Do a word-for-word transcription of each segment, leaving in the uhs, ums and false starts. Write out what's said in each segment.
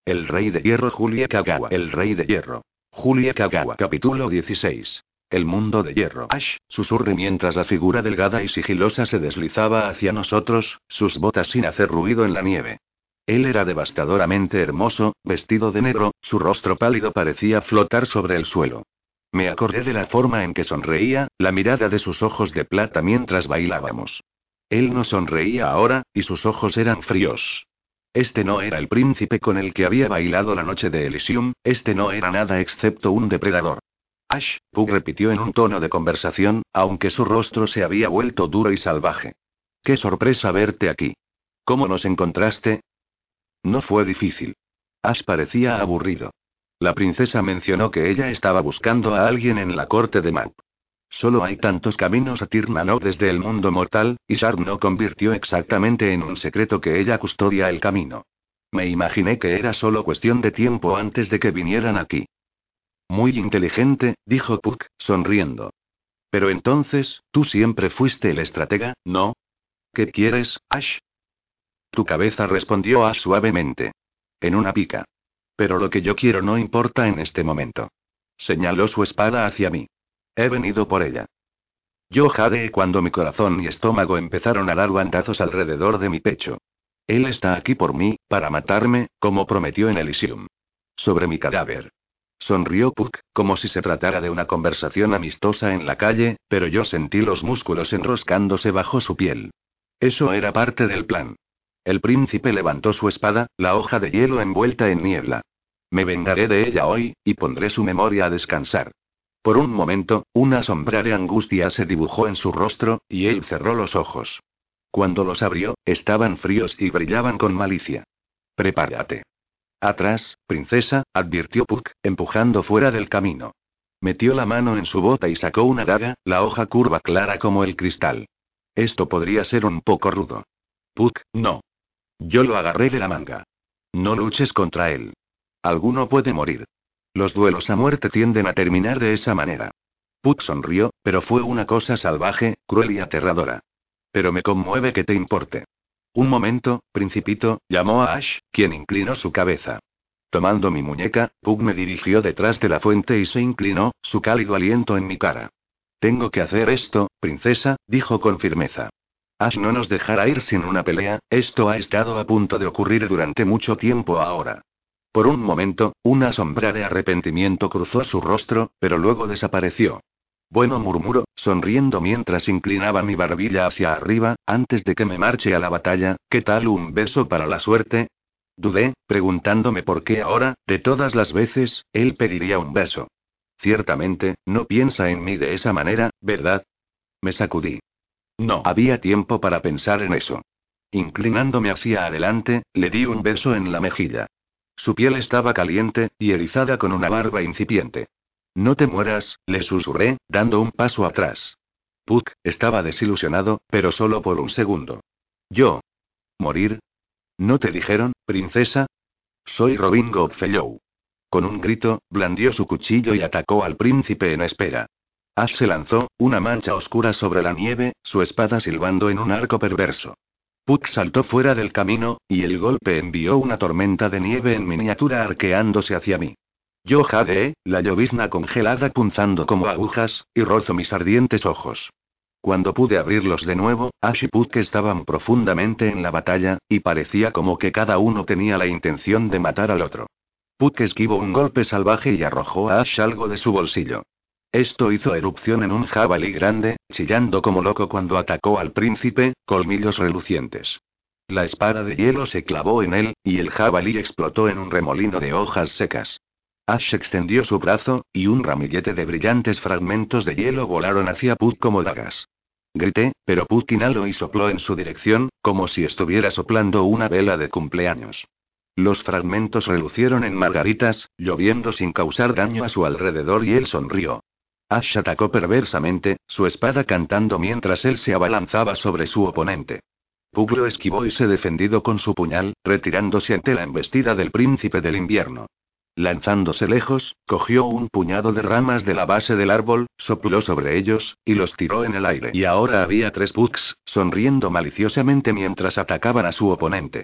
El Rey de Hierro Julie Kagawa. El Rey de Hierro. Julie Kagawa. Capítulo dieciséis. El mundo de hierro. Ash, susurré mientras la figura delgada y sigilosa se deslizaba hacia nosotros, sus botas sin hacer ruido en la nieve. Él era devastadoramente hermoso, vestido de negro, su rostro pálido parecía flotar sobre el suelo. Me acordé de la forma en que sonreía, la mirada de sus ojos de plata mientras bailábamos. Él no sonreía ahora, y sus ojos eran fríos. Este no era el príncipe con el que había bailado la noche de Elysium, este no era nada excepto un depredador. Ash, Puck repitió en un tono de conversación, aunque su rostro se había vuelto duro y salvaje. ¡Qué sorpresa verte aquí! ¿Cómo nos encontraste? No fue difícil. Ash parecía aburrido. La princesa mencionó que ella estaba buscando a alguien en la corte de Map. Solo hay tantos caminos a Tirnanok desde el mundo mortal, y Shard no convirtió exactamente en un secreto que ella custodia el camino. Me imaginé que era solo cuestión de tiempo antes de que vinieran aquí. Muy inteligente, dijo Puck, sonriendo. Pero entonces, tú siempre fuiste el estratega, ¿no? ¿Qué quieres, Ash? Tu cabeza, respondió Ash suavemente. En una pica. Pero lo que yo quiero no importa en este momento. Señaló su espada hacia mí. He venido por ella. Yo jadeé cuando mi corazón y estómago empezaron a dar bandazos alrededor de mi pecho. Él está aquí por mí, para matarme, como prometió en Elysium. Sobre mi cadáver. Sonrió Puck, como si se tratara de una conversación amistosa en la calle, pero yo sentí los músculos enroscándose bajo su piel. Eso era parte del plan. El príncipe levantó su espada, la hoja de hielo envuelta en niebla. Me vengaré de ella hoy, y pondré su memoria a descansar. Por un momento, una sombra de angustia se dibujó en su rostro, y él cerró los ojos. Cuando los abrió, estaban fríos y brillaban con malicia. Prepárate. Atrás, princesa, advirtió Puck, empujando fuera del camino. Metió la mano en su bota y sacó una daga, la hoja curva clara como el cristal. Esto podría ser un poco rudo. Puck, no. Yo lo agarré de la manga. No luches contra él. Alguno puede morir. Los duelos a muerte tienden a terminar de esa manera. Puck sonrió, pero fue una cosa salvaje, cruel y aterradora. Pero me conmueve que te importe. Un momento, principito, llamó a Ash, quien inclinó su cabeza. Tomando mi muñeca, Puck me dirigió detrás de la fuente y se inclinó, su cálido aliento en mi cara. Tengo que hacer esto, princesa, dijo con firmeza. Ash no nos dejará ir sin una pelea, esto ha estado a punto de ocurrir durante mucho tiempo ahora. Por un momento, una sombra de arrepentimiento cruzó su rostro, pero luego desapareció. Bueno, murmuró, sonriendo mientras inclinaba mi barbilla hacia arriba, antes de que me marche a la batalla, ¿qué tal un beso para la suerte? Dudé, preguntándome por qué ahora, de todas las veces, él pediría un beso. Ciertamente, no piensa en mí de esa manera, ¿verdad? Me sacudí. No había tiempo para pensar en eso. Inclinándome hacia adelante, le di un beso en la mejilla. Su piel estaba caliente, y erizada con una barba incipiente. No te mueras, le susurré, dando un paso atrás. Puck estaba desilusionado, pero solo por un segundo. ¿Yo? ¿Morir? ¿No te dijeron, princesa? Soy Robin Goodfellow. Con un grito, blandió su cuchillo y atacó al príncipe en espera. Ash se lanzó, una mancha oscura sobre la nieve, su espada silbando en un arco perverso. Puck saltó fuera del camino, y el golpe envió una tormenta de nieve en miniatura arqueándose hacia mí. Yo jadeé, la llovizna congelada punzando como agujas, y rozó mis ardientes ojos. Cuando pude abrirlos de nuevo, Ash y Puck estaban profundamente en la batalla, y parecía como que cada uno tenía la intención de matar al otro. Puck esquivó un golpe salvaje y arrojó a Ash algo de su bolsillo. Esto hizo erupción en un jabalí grande, chillando como loco cuando atacó al príncipe, colmillos relucientes. La espada de hielo se clavó en él, y el jabalí explotó en un remolino de hojas secas. Ash extendió su brazo, y un ramillete de brillantes fragmentos de hielo volaron hacia Puck como dagas. Grité, pero Puck inhaló y sopló en su dirección, como si estuviera soplando una vela de cumpleaños. Los fragmentos relucieron en margaritas, lloviendo sin causar daño a su alrededor y él sonrió. Ash atacó perversamente, su espada cantando mientras él se abalanzaba sobre su oponente. Puck lo esquivó y se defendió con su puñal, retirándose ante la embestida del príncipe del invierno. Lanzándose lejos, cogió un puñado de ramas de la base del árbol, sopló sobre ellos, y los tiró en el aire. Y ahora había tres Pucks, sonriendo maliciosamente mientras atacaban a su oponente.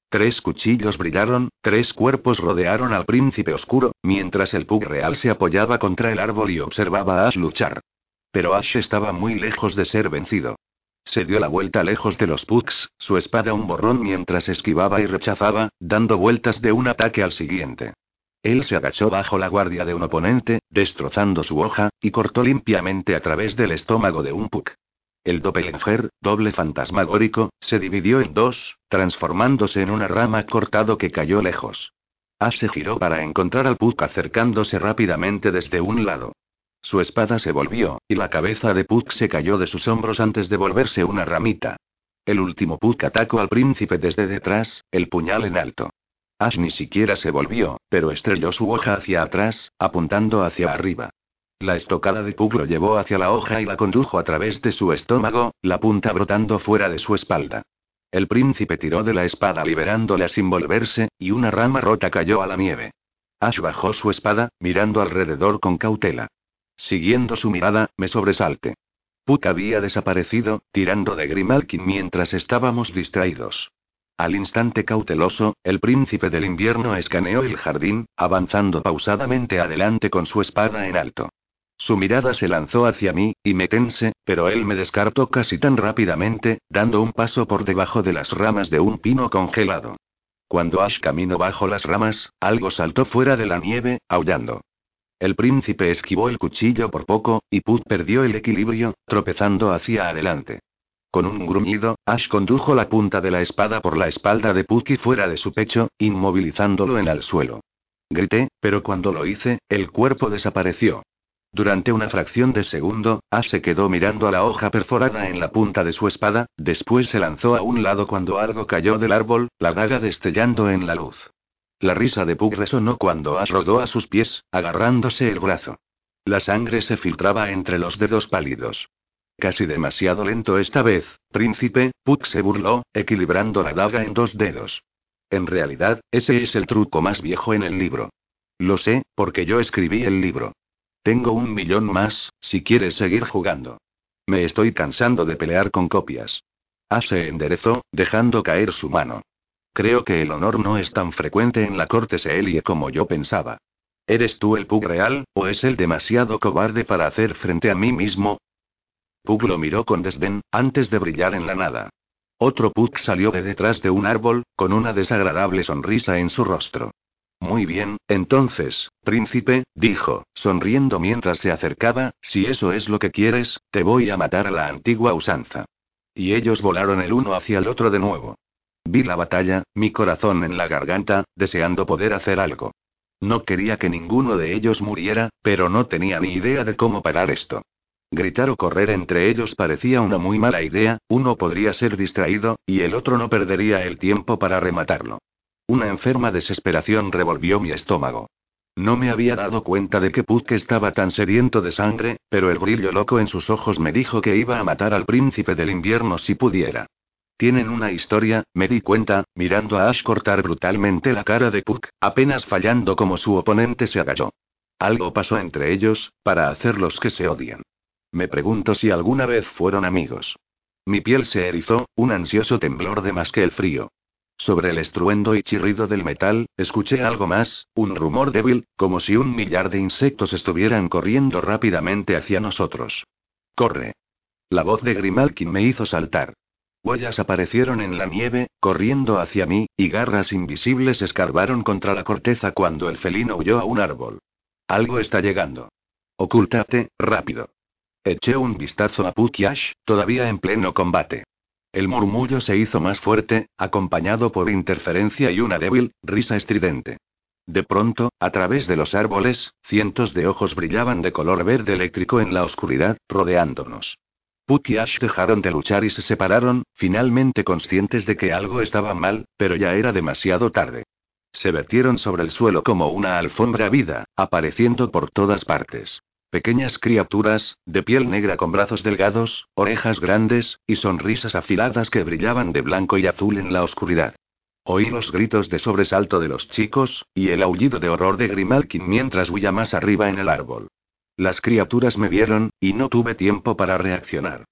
Tres cuchillos brillaron, tres cuerpos rodearon al príncipe oscuro, mientras el Pug real se apoyaba contra el árbol y observaba a Ash luchar. Pero Ash estaba muy lejos de ser vencido. Se dio la vuelta lejos de los Pugs, su espada un borrón mientras esquivaba y rechazaba, dando vueltas de un ataque al siguiente. Él se agachó bajo la guardia de un oponente, destrozando su hoja, y cortó limpiamente a través del estómago de un Pug. El doppelganger, doble fantasmagórico, se dividió en dos, transformándose en una rama cortado que cayó lejos. Ash se giró para encontrar al Pug acercándose rápidamente desde un lado. Su espada se volvió, y la cabeza de Pug se cayó de sus hombros antes de volverse una ramita. El último Pug atacó al príncipe desde detrás, el puñal en alto. Ash ni siquiera se volvió, pero estrelló su hoja hacia atrás, apuntando hacia arriba. La estocada de Pug lo llevó hacia la hoja y la condujo a través de su estómago, la punta brotando fuera de su espalda. El príncipe tiró de la espada liberándola sin volverse, y una rama rota cayó a la nieve. Ash bajó su espada, mirando alrededor con cautela. Siguiendo su mirada, me sobresalté. Pug había desaparecido, tirando de Grimalkin mientras estábamos distraídos. Al instante cauteloso, el príncipe del invierno escaneó el jardín, avanzando pausadamente adelante con su espada en alto. Su mirada se lanzó hacia mí, y me tensé, pero él me descartó casi tan rápidamente, dando un paso por debajo de las ramas de un pino congelado. Cuando Ash caminó bajo las ramas, algo saltó fuera de la nieve, aullando. El príncipe esquivó el cuchillo por poco, y Pug perdió el equilibrio, tropezando hacia adelante. Con un gruñido, Ash condujo la punta de la espada por la espalda de Pug y fuera de su pecho, inmovilizándolo en el suelo. Grité, pero cuando lo hice, el cuerpo desapareció. Durante una fracción de segundo, Ash se quedó mirando a la hoja perforada en la punta de su espada, después se lanzó a un lado cuando algo cayó del árbol, la daga destellando en la luz. La risa de Pug resonó cuando Ash rodó a sus pies, agarrándose el brazo. La sangre se filtraba entre los dedos pálidos. Casi demasiado lento esta vez, príncipe, Pug se burló, equilibrando la daga en dos dedos. En realidad, ese es el truco más viejo en el libro. Lo sé, porque yo escribí el libro. Tengo un millón más, si quieres seguir jugando. Me estoy cansando de pelear con copias. Ash se enderezó, dejando caer su mano. Creo que el honor no es tan frecuente en la corte Seelie como yo pensaba. ¿Eres tú el Pug real, o es él demasiado cobarde para hacer frente a mí mismo? Pug lo miró con desdén, antes de brillar en la nada. Otro Pug salió de detrás de un árbol, con una desagradable sonrisa en su rostro. Muy bien, entonces, príncipe, dijo, sonriendo mientras se acercaba, si eso es lo que quieres, te voy a matar a la antigua usanza. Y ellos volaron el uno hacia el otro de nuevo. Vi la batalla, mi corazón en la garganta, deseando poder hacer algo. No quería que ninguno de ellos muriera, pero no tenía ni idea de cómo parar esto. Gritar o correr entre ellos parecía una muy mala idea, uno podría ser distraído, y el otro no perdería el tiempo para rematarlo. Una enferma desesperación revolvió mi estómago. No me había dado cuenta de que Pug estaba tan sediento de sangre, pero el brillo loco en sus ojos me dijo que iba a matar al príncipe del invierno si pudiera. Tienen una historia, me di cuenta, mirando a Ash cortar brutalmente la cara de Pug, apenas fallando como su oponente se agachó. Algo pasó entre ellos, para hacerlos que se odien. Me pregunto si alguna vez fueron amigos. Mi piel se erizó, un ansioso temblor de más que el frío. Sobre el estruendo y chirrido del metal, escuché algo más, un rumor débil, como si un millar de insectos estuvieran corriendo rápidamente hacia nosotros. ¡Corre! La voz de Grimalkin me hizo saltar. Huellas aparecieron en la nieve, corriendo hacia mí, y garras invisibles escarbaron contra la corteza cuando el felino huyó a un árbol. Algo está llegando. Ocúltate, rápido. Eché un vistazo a Pug y Ash, todavía en pleno combate. El murmullo se hizo más fuerte, acompañado por interferencia y una débil, risa estridente. De pronto, a través de los árboles, cientos de ojos brillaban de color verde eléctrico en la oscuridad, rodeándonos. Pug y Ash dejaron de luchar y se separaron, finalmente conscientes de que algo estaba mal, pero ya era demasiado tarde. Se vertieron sobre el suelo como una alfombra vida, apareciendo por todas partes. Pequeñas criaturas, de piel negra con brazos delgados, orejas grandes, y sonrisas afiladas que brillaban de blanco y azul en la oscuridad. Oí los gritos de sobresalto de los chicos, y el aullido de horror de Grimalkin mientras huía más arriba en el árbol. Las criaturas me vieron, y no tuve tiempo para reaccionar.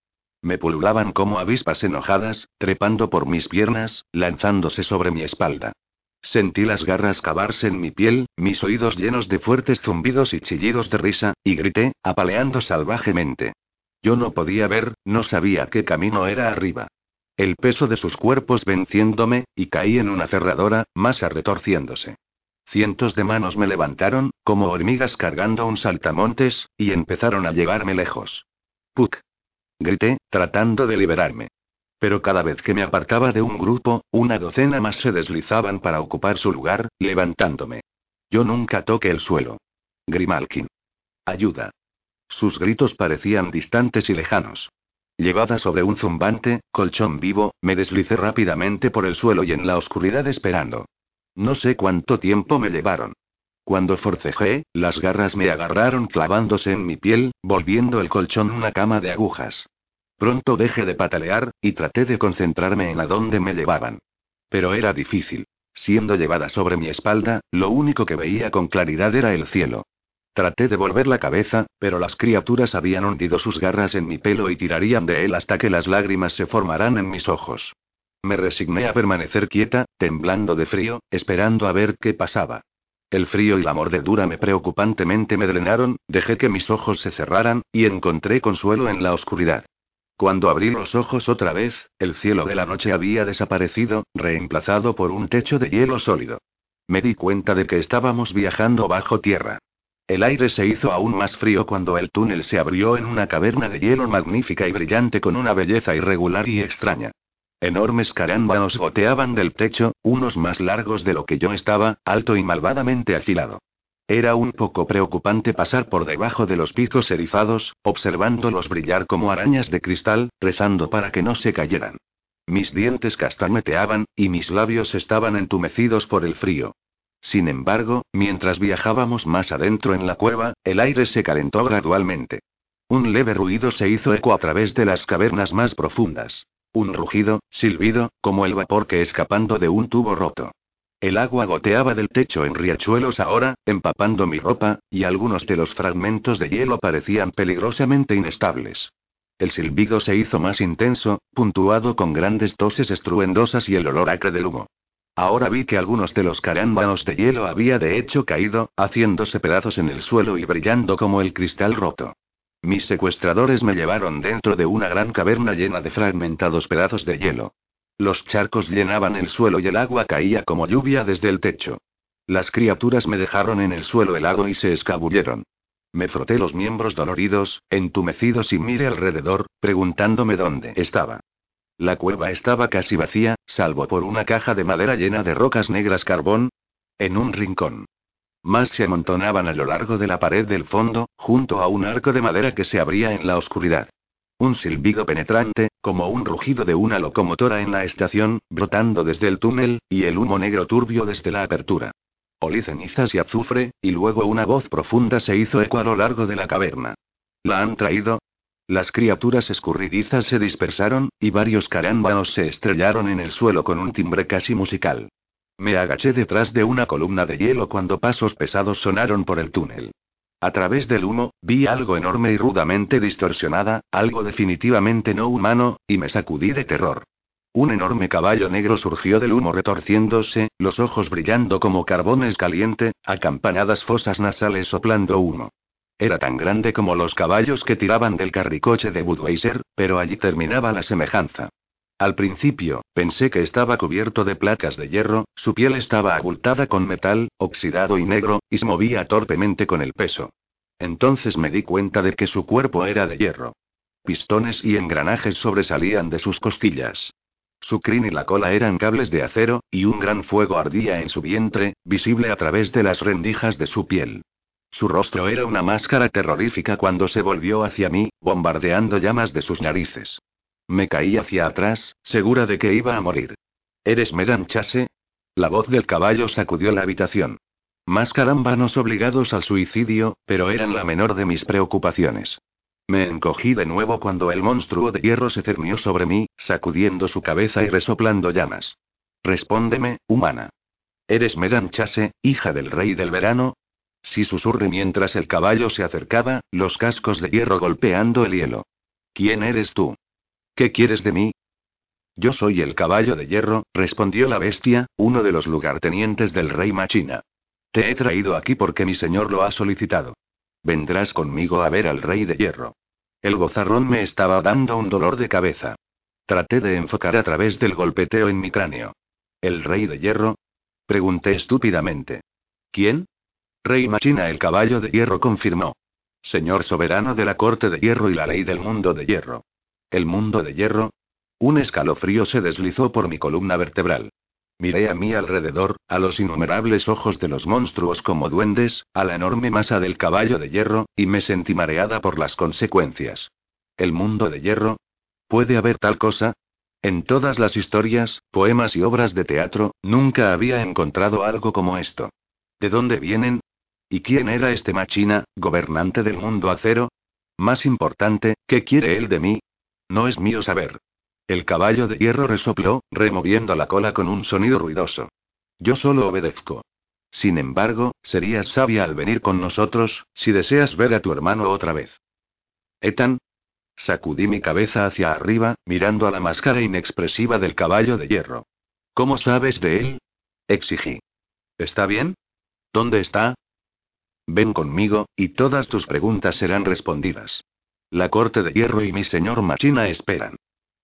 Me pululaban como avispas enojadas, trepando por mis piernas, lanzándose sobre mi espalda. Sentí las garras cavarse en mi piel, mis oídos llenos de fuertes zumbidos y chillidos de risa, y grité, apaleando salvajemente. Yo no podía ver, no sabía qué camino era arriba. El peso de sus cuerpos venciéndome, y caí en una cerradora, masa retorciéndose. Cientos de manos me levantaron, como hormigas cargando un saltamontes, y empezaron a llevarme lejos. ¡Puck! Grité, tratando de liberarme. Pero cada vez que me apartaba de un grupo, una docena más se deslizaban para ocupar su lugar, levantándome. Yo nunca toqué el suelo. Grimalkin. Ayuda. Sus gritos parecían distantes y lejanos. Llevada sobre un zumbante, colchón vivo, me deslicé rápidamente por el suelo y en la oscuridad esperando. No sé cuánto tiempo me llevaron. Cuando forcejé, las garras me agarraron clavándose en mi piel, volviendo el colchón una cama de agujas. Pronto dejé de patalear, y traté de concentrarme en a dónde me llevaban. Pero era difícil. Siendo llevada sobre mi espalda, lo único que veía con claridad era el cielo. Traté de volver la cabeza, pero las criaturas habían hundido sus garras en mi pelo y tirarían de él hasta que las lágrimas se formaran en mis ojos. Me resigné a permanecer quieta, temblando de frío, esperando a ver qué pasaba. El frío y la mordedura me preocupantemente me drenaron, dejé que mis ojos se cerraran, y encontré consuelo en la oscuridad. Cuando abrí los ojos otra vez, el cielo de la noche había desaparecido, reemplazado por un techo de hielo sólido. Me di cuenta de que estábamos viajando bajo tierra. El aire se hizo aún más frío cuando el túnel se abrió en una caverna de hielo magnífica y brillante con una belleza irregular y extraña. Enormes carámbanos goteaban del techo, unos más largos de lo que yo estaba, alto y malvadamente afilado. Era un poco preocupante pasar por debajo de los picos erizados, observándolos brillar como arañas de cristal, rezando para que no se cayeran. Mis dientes castañeteaban, y mis labios estaban entumecidos por el frío. Sin embargo, mientras viajábamos más adentro en la cueva, el aire se calentó gradualmente. Un leve ruido se hizo eco a través de las cavernas más profundas. Un rugido, silbido, como el vapor que escapando de un tubo roto. El agua goteaba del techo en riachuelos ahora, empapando mi ropa, y algunos de los fragmentos de hielo parecían peligrosamente inestables. El silbido se hizo más intenso, puntuado con grandes toses estruendosas y el olor acre del humo. Ahora vi que algunos de los carámbanos de hielo había de hecho caído, haciéndose pedazos en el suelo y brillando como el cristal roto. Mis secuestradores me llevaron dentro de una gran caverna llena de fragmentados pedazos de hielo. Los charcos llenaban el suelo y el agua caía como lluvia desde el techo. Las criaturas me dejaron en el suelo helado y se escabulleron. Me froté los miembros doloridos, entumecidos y miré alrededor, preguntándome dónde estaba. La cueva estaba casi vacía, salvo por una caja de madera llena de rocas negras carbón. En un rincón. Más se amontonaban a lo largo de la pared del fondo, junto a un arco de madera que se abría en la oscuridad. Un silbido penetrante, como un rugido de una locomotora en la estación, brotando desde el túnel, y el humo negro turbio desde la apertura. Olí cenizas y azufre, y luego una voz profunda se hizo eco a lo largo de la caverna. ¿La han traído? Las criaturas escurridizas se dispersaron, y varios carámbanos se estrellaron en el suelo con un timbre casi musical. Me agaché detrás de una columna de hielo cuando pasos pesados sonaron por el túnel. A través del humo, vi algo enorme y rudamente distorsionada, algo definitivamente no humano, y me sacudí de terror. Un enorme caballo negro surgió del humo retorciéndose, los ojos brillando como carbones caliente, acampanadas fosas nasales soplando humo. Era tan grande como los caballos que tiraban del carricoche de Budweiser, pero allí terminaba la semejanza. Al principio, pensé que estaba cubierto de placas de hierro, su piel estaba abultada con metal, oxidado y negro, y se movía torpemente con el peso. Entonces me di cuenta de que su cuerpo era de hierro. Pistones y engranajes sobresalían de sus costillas. Su crin y la cola eran cables de acero, y un gran fuego ardía en su vientre, visible a través de las rendijas de su piel. Su rostro era una máscara terrorífica cuando se volvió hacia mí, bombardeando llamas de sus narices. Me caí hacia atrás, segura de que iba a morir. ¿Eres Medan Chase? La voz del caballo sacudió la habitación. Más carámbanos obligados al suicidio, pero eran la menor de mis preocupaciones. Me encogí de nuevo cuando el monstruo de hierro se cernió sobre mí, sacudiendo su cabeza y resoplando llamas. Respóndeme, humana. ¿Eres Medan Chase, hija del rey del verano? Sí, susurré mientras el caballo se acercaba, los cascos de hierro golpeando el hielo. ¿Quién eres tú? ¿Qué quieres de mí? Yo soy el caballo de hierro, respondió la bestia, uno de los lugartenientes del rey Machina. Te he traído aquí porque mi señor lo ha solicitado. Vendrás conmigo a ver al rey de hierro. El bozarrón me estaba dando un dolor de cabeza. Traté de enfocar a través del golpeteo en mi cráneo. ¿El rey de hierro? Pregunté estúpidamente. ¿Quién? Rey Machina, el caballo de hierro, confirmó. Señor soberano de la corte de hierro y la ley del mundo de hierro. ¿El mundo de hierro? Un escalofrío se deslizó por mi columna vertebral. Miré a mi alrededor, a los innumerables ojos de los monstruos como duendes, a la enorme masa del caballo de hierro, y me sentí mareada por las consecuencias. ¿El mundo de hierro? ¿Puede haber tal cosa? En todas las historias, poemas y obras de teatro, nunca había encontrado algo como esto. ¿De dónde vienen? ¿Y quién era este Machina, gobernante del mundo acero? Más importante, ¿qué quiere él de mí? No es mío saber. El caballo de hierro resopló, removiendo la cola con un sonido ruidoso. Yo solo obedezco. Sin embargo, serías sabia al venir con nosotros, si deseas ver a tu hermano otra vez. ¿Ethan? Sacudí mi cabeza hacia arriba, mirando a la máscara inexpresiva del caballo de hierro. ¿Cómo sabes de él? Exigí. ¿Está bien? ¿Dónde está? Ven conmigo, y todas tus preguntas serán respondidas. La corte de hierro y mi señor Machina esperan.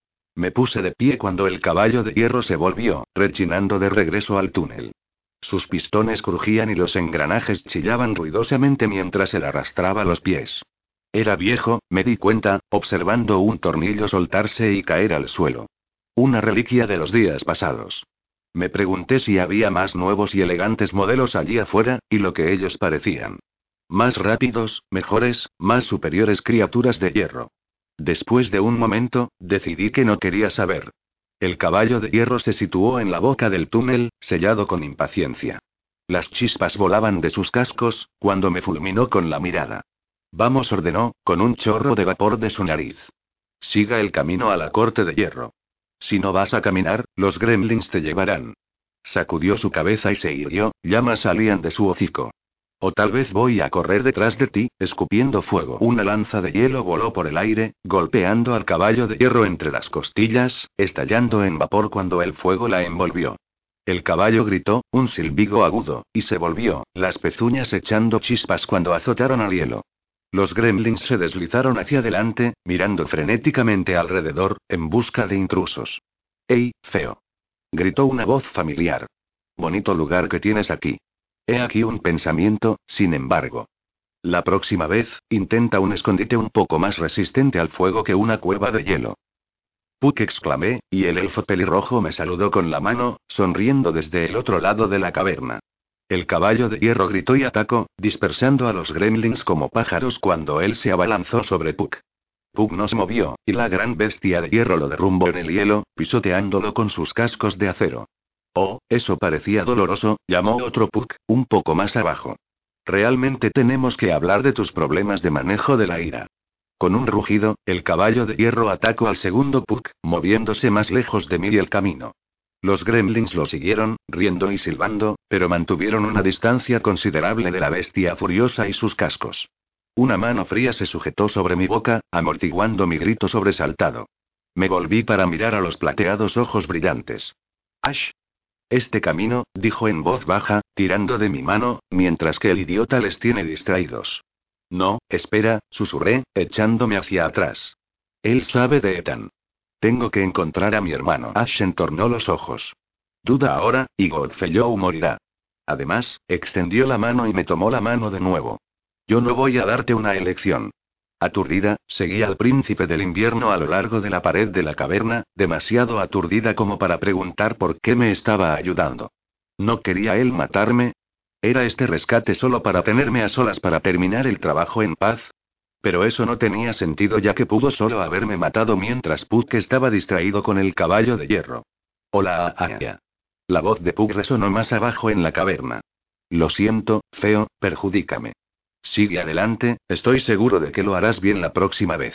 Me puse de pie cuando el caballo de hierro se volvió, rechinando de regreso al túnel. Sus pistones crujían y los engranajes chillaban ruidosamente mientras él arrastraba los pies. Era viejo, me di cuenta, observando un tornillo soltarse y caer al suelo. Una reliquia de los días pasados. Me pregunté si había más nuevos y elegantes modelos allí afuera, y lo que ellos parecían. Más rápidos, mejores, más superiores criaturas de hierro. Después de un momento, decidí que no quería saber. El caballo de hierro se situó en la boca del túnel, sellado con impaciencia. Las chispas volaban de sus cascos, cuando me fulminó con la mirada. Vamos, ordenó, con un chorro de vapor de su nariz. Siga el camino a la corte de hierro. Si no vas a caminar, los gremlins te llevarán. Sacudió su cabeza y se irguió, llamas salían de su hocico. O tal vez voy a correr detrás de ti, escupiendo fuego. Una lanza de hielo voló por el aire, golpeando al caballo de hierro entre las costillas, estallando en vapor cuando el fuego la envolvió. El caballo gritó, un silbido agudo, y se volvió, las pezuñas echando chispas cuando azotaron al hielo. Los gremlins se deslizaron hacia adelante, mirando frenéticamente alrededor, en busca de intrusos. ¡Ey, feo! Gritó una voz familiar. Bonito lugar que tienes aquí. He aquí un pensamiento, sin embargo. La próxima vez, intenta un escondite un poco más resistente al fuego que una cueva de hielo. Puck, exclamé, y el elfo pelirrojo me saludó con la mano, sonriendo desde el otro lado de la caverna. El caballo de hierro gritó y atacó, dispersando a los gremlins como pájaros cuando él se abalanzó sobre Puck. Puck no se movió, y la gran bestia de hierro lo derrumbó en el hielo, pisoteándolo con sus cascos de acero. Oh, eso parecía doloroso, llamó otro Puck, un poco más abajo. Realmente tenemos que hablar de tus problemas de manejo de la ira. Con un rugido, el caballo de hierro atacó al segundo Puck, moviéndose más lejos de mí y el camino. Los gremlins lo siguieron, riendo y silbando, pero mantuvieron una distancia considerable de la bestia furiosa y sus cascos. Una mano fría se sujetó sobre mi boca, amortiguando mi grito sobresaltado. Me volví para mirar a los plateados ojos brillantes. ¡Ash! Este camino, dijo en voz baja, tirando de mi mano, mientras que el idiota les tiene distraídos. No, espera, susurré, echándome hacia atrás. Él sabe de Ethan. Tengo que encontrar a mi hermano. Ash entornó los ojos. Duda ahora, y Godfellow morirá. Además, extendió la mano y me tomó la mano de nuevo. Yo no voy a darte una elección. Aturdida, seguí al príncipe del invierno a lo largo de la pared de la caverna, demasiado aturdida como para preguntar por qué me estaba ayudando. ¿No quería él matarme? ¿Era este rescate solo para tenerme a solas para terminar el trabajo en paz? Pero eso no tenía sentido ya que pudo solo haberme matado mientras Puck estaba distraído con el caballo de hierro. Hola, Aya. La voz de Puck resonó más abajo en la caverna. Lo siento, feo, perjudícame. Sigue adelante, estoy seguro de que lo harás bien la próxima vez.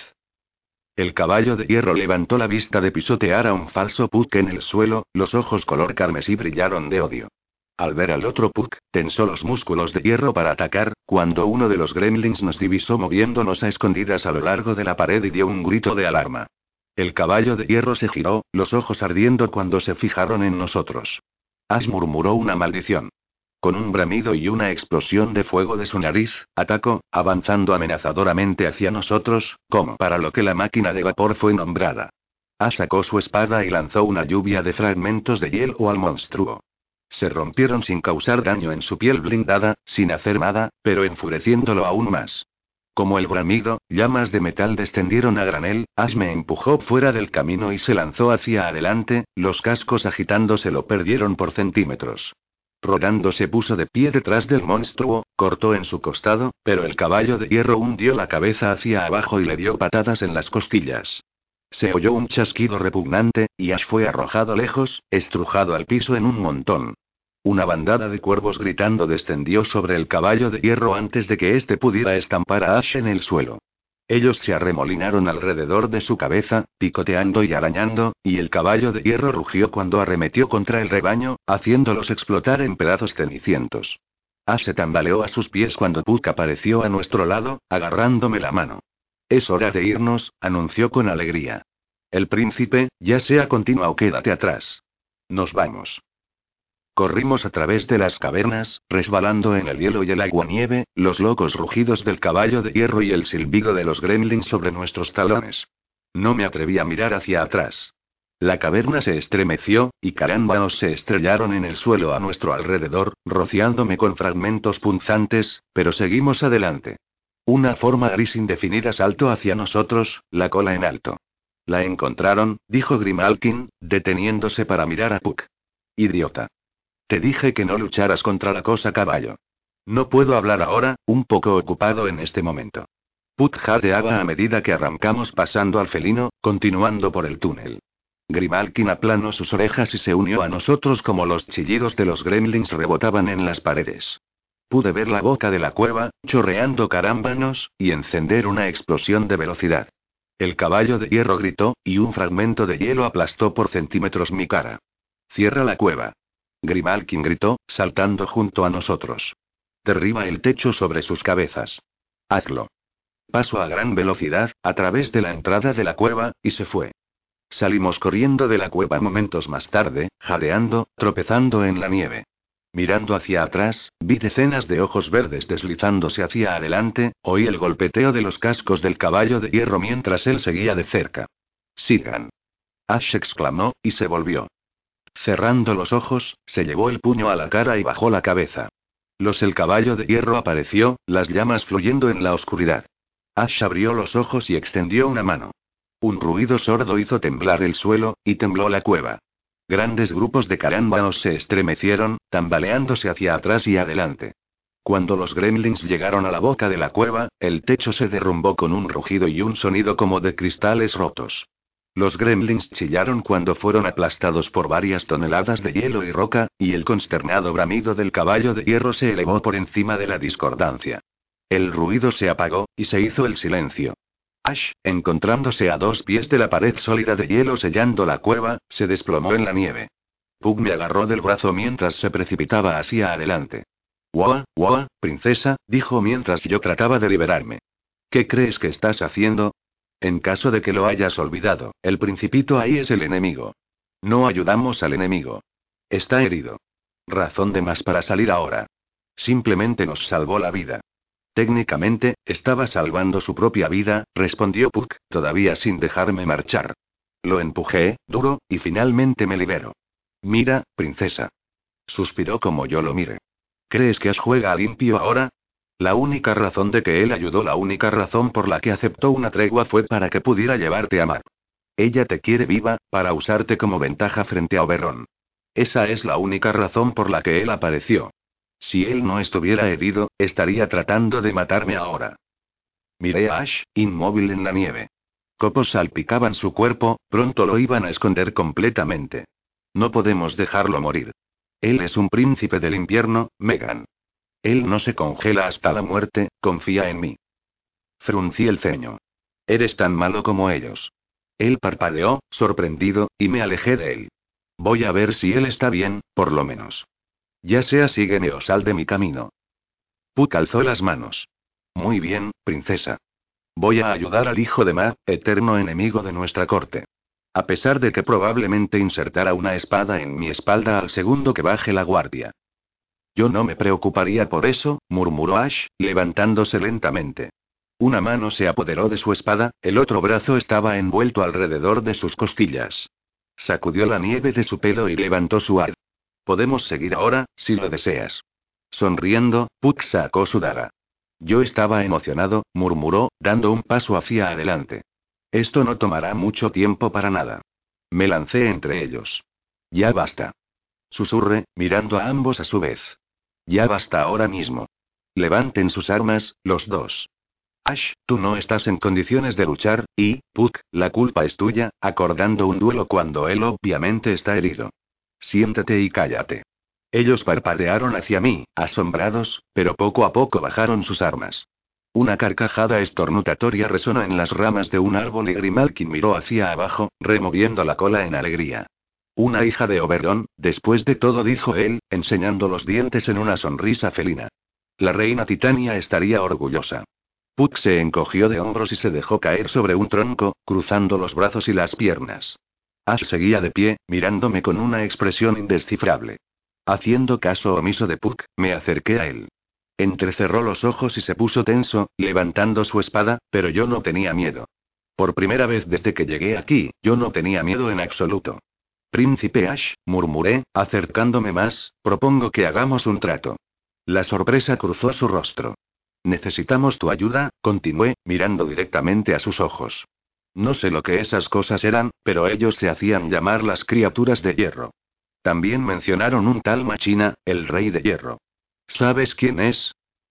El caballo de hierro levantó la vista de pisotear a un falso Puck en el suelo, los ojos color carmesí brillaron de odio. Al ver al otro Puck, tensó los músculos de hierro para atacar, cuando uno de los gremlins nos divisó moviéndonos a escondidas a lo largo de la pared y dio un grito de alarma. El caballo de hierro se giró, los ojos ardiendo cuando se fijaron en nosotros. Ash murmuró una maldición. Con un bramido y una explosión de fuego de su nariz, atacó, avanzando amenazadoramente hacia nosotros, como para lo que la máquina de vapor fue nombrada. Ash sacó su espada y lanzó una lluvia de fragmentos de hielo al monstruo. Se rompieron sin causar daño en su piel blindada, sin hacer nada, pero enfureciéndolo aún más. Como el bramido, llamas de metal descendieron a granel, Ash me empujó fuera del camino y se lanzó hacia adelante, los cascos agitándose lo perdieron por centímetros. Rodando se puso de pie detrás del monstruo, cortó en su costado, pero el caballo de hierro hundió la cabeza hacia abajo y le dio patadas en las costillas. Se oyó un chasquido repugnante, y Ash fue arrojado lejos, estrujado al piso en un montón. Una bandada de cuervos gritando descendió sobre el caballo de hierro antes de que éste pudiera estampar a Ash en el suelo. Ellos se arremolinaron alrededor de su cabeza, picoteando y arañando, y el caballo de hierro rugió cuando arremetió contra el rebaño, haciéndolos explotar en pedazos cenicientos. Ash se tambaleó a sus pies cuando Puck apareció a nuestro lado, agarrándome la mano. Es hora de irnos, anunció con alegría. El príncipe, ya sea continua o quédate atrás. Nos vamos. Corrimos a través de las cavernas, resbalando en el hielo y el aguanieve, los locos rugidos del caballo de hierro y el silbido de los gremlins sobre nuestros talones. No me atreví a mirar hacia atrás. La caverna se estremeció, y carámbanos se estrellaron en el suelo a nuestro alrededor, rociándome con fragmentos punzantes, pero seguimos adelante. Una forma gris indefinida saltó hacia nosotros, la cola en alto. La encontraron, dijo Grimalkin, deteniéndose para mirar a Puck. Idiota. Te dije que no lucharas contra la cosa caballo. No puedo hablar ahora, un poco ocupado en este momento. Puck jadeaba a medida que arrancamos pasando al felino, continuando por el túnel. Grimalkin aplanó sus orejas y se unió a nosotros como los chillidos de los gremlins rebotaban en las paredes. Pude ver la boca de la cueva, chorreando carámbanos, y encender una explosión de velocidad. El caballo de hierro gritó, y un fragmento de hielo aplastó por centímetros mi cara. Cierra la cueva. Grimalkin gritó, saltando junto a nosotros. Derriba el techo sobre sus cabezas. Hazlo. Pasó a gran velocidad, a través de la entrada de la cueva, y se fue. Salimos corriendo de la cueva momentos más tarde, jadeando, tropezando en la nieve. Mirando hacia atrás, vi decenas de ojos verdes deslizándose hacia adelante, oí el golpeteo de los cascos del caballo de hierro mientras él seguía de cerca. Sigan. Ash exclamó, y se volvió. Cerrando los ojos, se llevó el puño a la cara y bajó la cabeza. Los el caballo de hierro apareció, las llamas fluyendo en la oscuridad. Ash abrió los ojos y extendió una mano. Un ruido sordo hizo temblar el suelo, y tembló la cueva. Grandes grupos de carámbanos se estremecieron, tambaleándose hacia atrás y adelante. Cuando los gremlins llegaron a la boca de la cueva, el techo se derrumbó con un rugido y un sonido como de cristales rotos. Los gremlins chillaron cuando fueron aplastados por varias toneladas de hielo y roca, y el consternado bramido del caballo de hierro se elevó por encima de la discordancia. El ruido se apagó, y se hizo el silencio. Ash, encontrándose a dos pies de la pared sólida de hielo sellando la cueva, se desplomó en la nieve. Puck me agarró del brazo mientras se precipitaba hacia adelante. «Wah, wah, princesa», dijo mientras yo trataba de liberarme. «¿Qué crees que estás haciendo?» En caso de que lo hayas olvidado, el principito ahí es el enemigo. No ayudamos al enemigo. Está herido. Razón de más para salir ahora. Simplemente nos salvó la vida. Técnicamente, estaba salvando su propia vida, respondió Puck, todavía sin dejarme marchar. Lo empujé, duro, y finalmente me libero. Mira, princesa. Suspiró como yo lo miré. ¿Crees que Ash juega a limpio ahora? La única razón de que él ayudó, la única razón por la que aceptó una tregua fue para que pudiera llevarte a Map. Ella te quiere viva, para usarte como ventaja frente a Oberon. Esa es la única razón por la que él apareció. Si él no estuviera herido, estaría tratando de matarme ahora. Miré a Ash, inmóvil en la nieve. Copos salpicaban su cuerpo, pronto lo iban a esconder completamente. No podemos dejarlo morir. Él es un príncipe del invierno, Megan. Él no se congela hasta la muerte, confía en mí. Fruncí el ceño. Eres tan malo como ellos. Él parpadeó, sorprendido, y me alejé de él. Voy a ver si él está bien, por lo menos. Ya sea sígueme o sal de mi camino. Puck alzó las manos. Muy bien, princesa. Voy a ayudar al hijo de Ma, eterno enemigo de nuestra corte. A pesar de que probablemente insertara una espada en mi espalda al segundo que baje la guardia. Yo no me preocuparía por eso, murmuró Ash, levantándose lentamente. Una mano se apoderó de su espada, el otro brazo estaba envuelto alrededor de sus costillas. Sacudió la nieve de su pelo y levantó su arma. Podemos seguir ahora, si lo deseas. Sonriendo, Puck sacó su daga. Yo estaba emocionado, murmuró, dando un paso hacia adelante. Esto no tomará mucho tiempo para nada. Me lancé entre ellos. Ya basta. Susurré, mirando a ambos a su vez. Ya basta ahora mismo. Levanten sus armas, los dos. Ash, tú no estás en condiciones de luchar, y, Puck, la culpa es tuya, acordando un duelo cuando él obviamente está herido. Siéntate y cállate. Ellos parpadearon hacia mí, asombrados, pero poco a poco bajaron sus armas. Una carcajada estornudatoria resonó en las ramas de un árbol y Grimalkin miró hacia abajo, removiendo la cola en alegría. Una hija de Oberon, después de todo, dijo él, enseñando los dientes en una sonrisa felina. La reina Titania estaría orgullosa. Puck se encogió de hombros y se dejó caer sobre un tronco, cruzando los brazos y las piernas. Ash seguía de pie, mirándome con una expresión indescifrable. Haciendo caso omiso de Puck, me acerqué a él. Entrecerró los ojos y se puso tenso, levantando su espada, pero yo no tenía miedo. Por primera vez desde que llegué aquí, yo no tenía miedo en absoluto. Príncipe Ash, murmuré, acercándome más, propongo que hagamos un trato. La sorpresa cruzó su rostro. Necesitamos tu ayuda, continué, mirando directamente a sus ojos. No sé lo que esas cosas eran, pero ellos se hacían llamar las criaturas de hierro. También mencionaron un tal Machina, el rey de hierro. ¿Sabes quién es?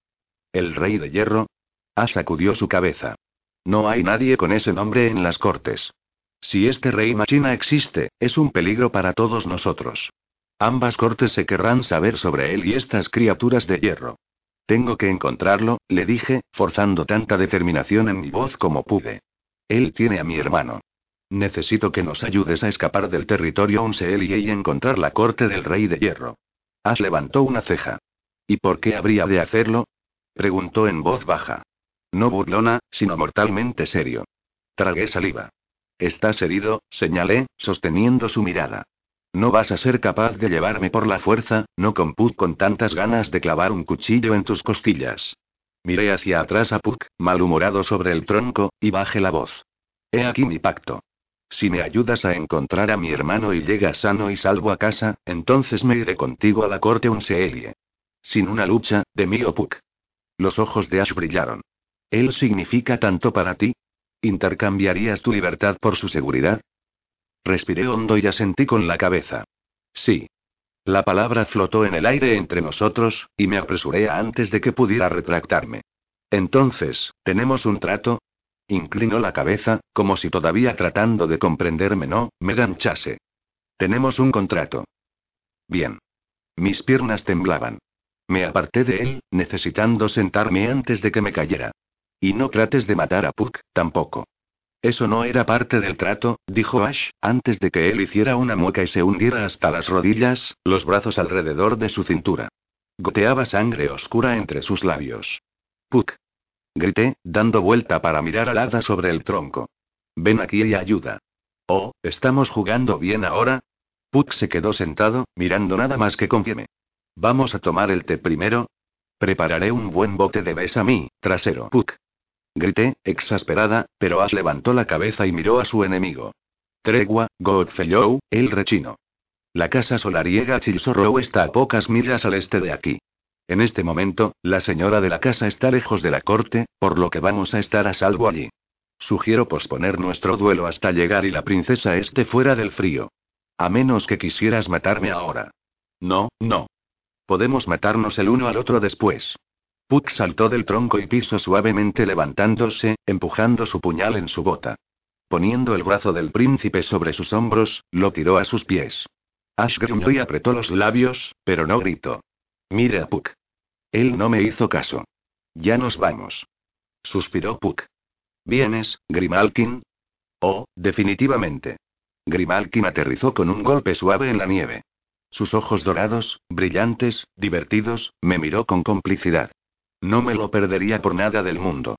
¿El rey de hierro? Ash sacudió su cabeza. No hay nadie con ese nombre en las cortes. Si este rey Machina existe, es un peligro para todos nosotros. Ambas cortes se querrán saber sobre él y estas criaturas de hierro. Tengo que encontrarlo, le dije, forzando tanta determinación en mi voz como pude. Él tiene a mi hermano. Necesito que nos ayudes a escapar del territorio Unseelie y encontrar la corte del rey de hierro. Ash levantó una ceja. ¿Y por qué habría de hacerlo? Preguntó en voz baja. No burlona, sino mortalmente serio. Tragué saliva. ¿Estás herido?, señalé, sosteniendo su mirada. No vas a ser capaz de llevarme por la fuerza, no con Puck con tantas ganas de clavar un cuchillo en tus costillas. Miré hacia atrás a Puck, malhumorado sobre el tronco, y bajé la voz. He aquí mi pacto. Si me ayudas a encontrar a mi hermano y llegas sano y salvo a casa, entonces me iré contigo a la corte Unseelie. Sin una lucha, de mí o Puck. Los ojos de Ash brillaron. ¿Él significa tanto para ti? ¿Intercambiarías tu libertad por su seguridad? Respiré hondo y asentí con la cabeza. Sí. La palabra flotó en el aire entre nosotros, y me apresuré a antes de que pudiera retractarme. Entonces, ¿tenemos un trato? Inclinó la cabeza, como si todavía tratando de comprenderme no, me ganchase. Tenemos un contrato. Bien. Mis piernas temblaban. Me aparté de él, necesitando sentarme antes de que me cayera. Y no trates de matar a Puck, tampoco. Eso no era parte del trato, dijo Ash, antes de que él hiciera una mueca y se hundiera hasta las rodillas, los brazos alrededor de su cintura. Goteaba sangre oscura entre sus labios. Puck. Grité, dando vuelta para mirar al hada sobre el tronco. Ven aquí y ayuda. Oh, ¿estamos jugando bien ahora? Puck se quedó sentado, mirando nada más que con fiebre. ¿Vamos a tomar el té primero? Prepararé un buen bote de besame, trasero Puck. Grité, exasperada, pero Ash levantó la cabeza y miró a su enemigo. Tregua, Godfellow, él rechinó. La casa solariega Chilsorrow está a pocas millas al este de aquí. En este momento, la señora de la casa está lejos de la corte, por lo que vamos a estar a salvo allí. Sugiero posponer nuestro duelo hasta llegar y la princesa esté fuera del frío. A menos que quisieras matarme ahora. No, no. Podemos matarnos el uno al otro después. Puck saltó del tronco y pisó suavemente levantándose, empujando su puñal en su bota. Poniendo el brazo del príncipe sobre sus hombros, lo tiró a sus pies. Ash gruñó y apretó los labios, pero no gritó. Mire a Puck. Él no me hizo caso. Ya nos vamos. Suspiró Puck. ¿Vienes, Grimalkin? Oh, definitivamente. Grimalkin aterrizó con un golpe suave en la nieve. Sus ojos dorados, brillantes, divertidos, me miró con complicidad. No me lo perdería por nada del mundo.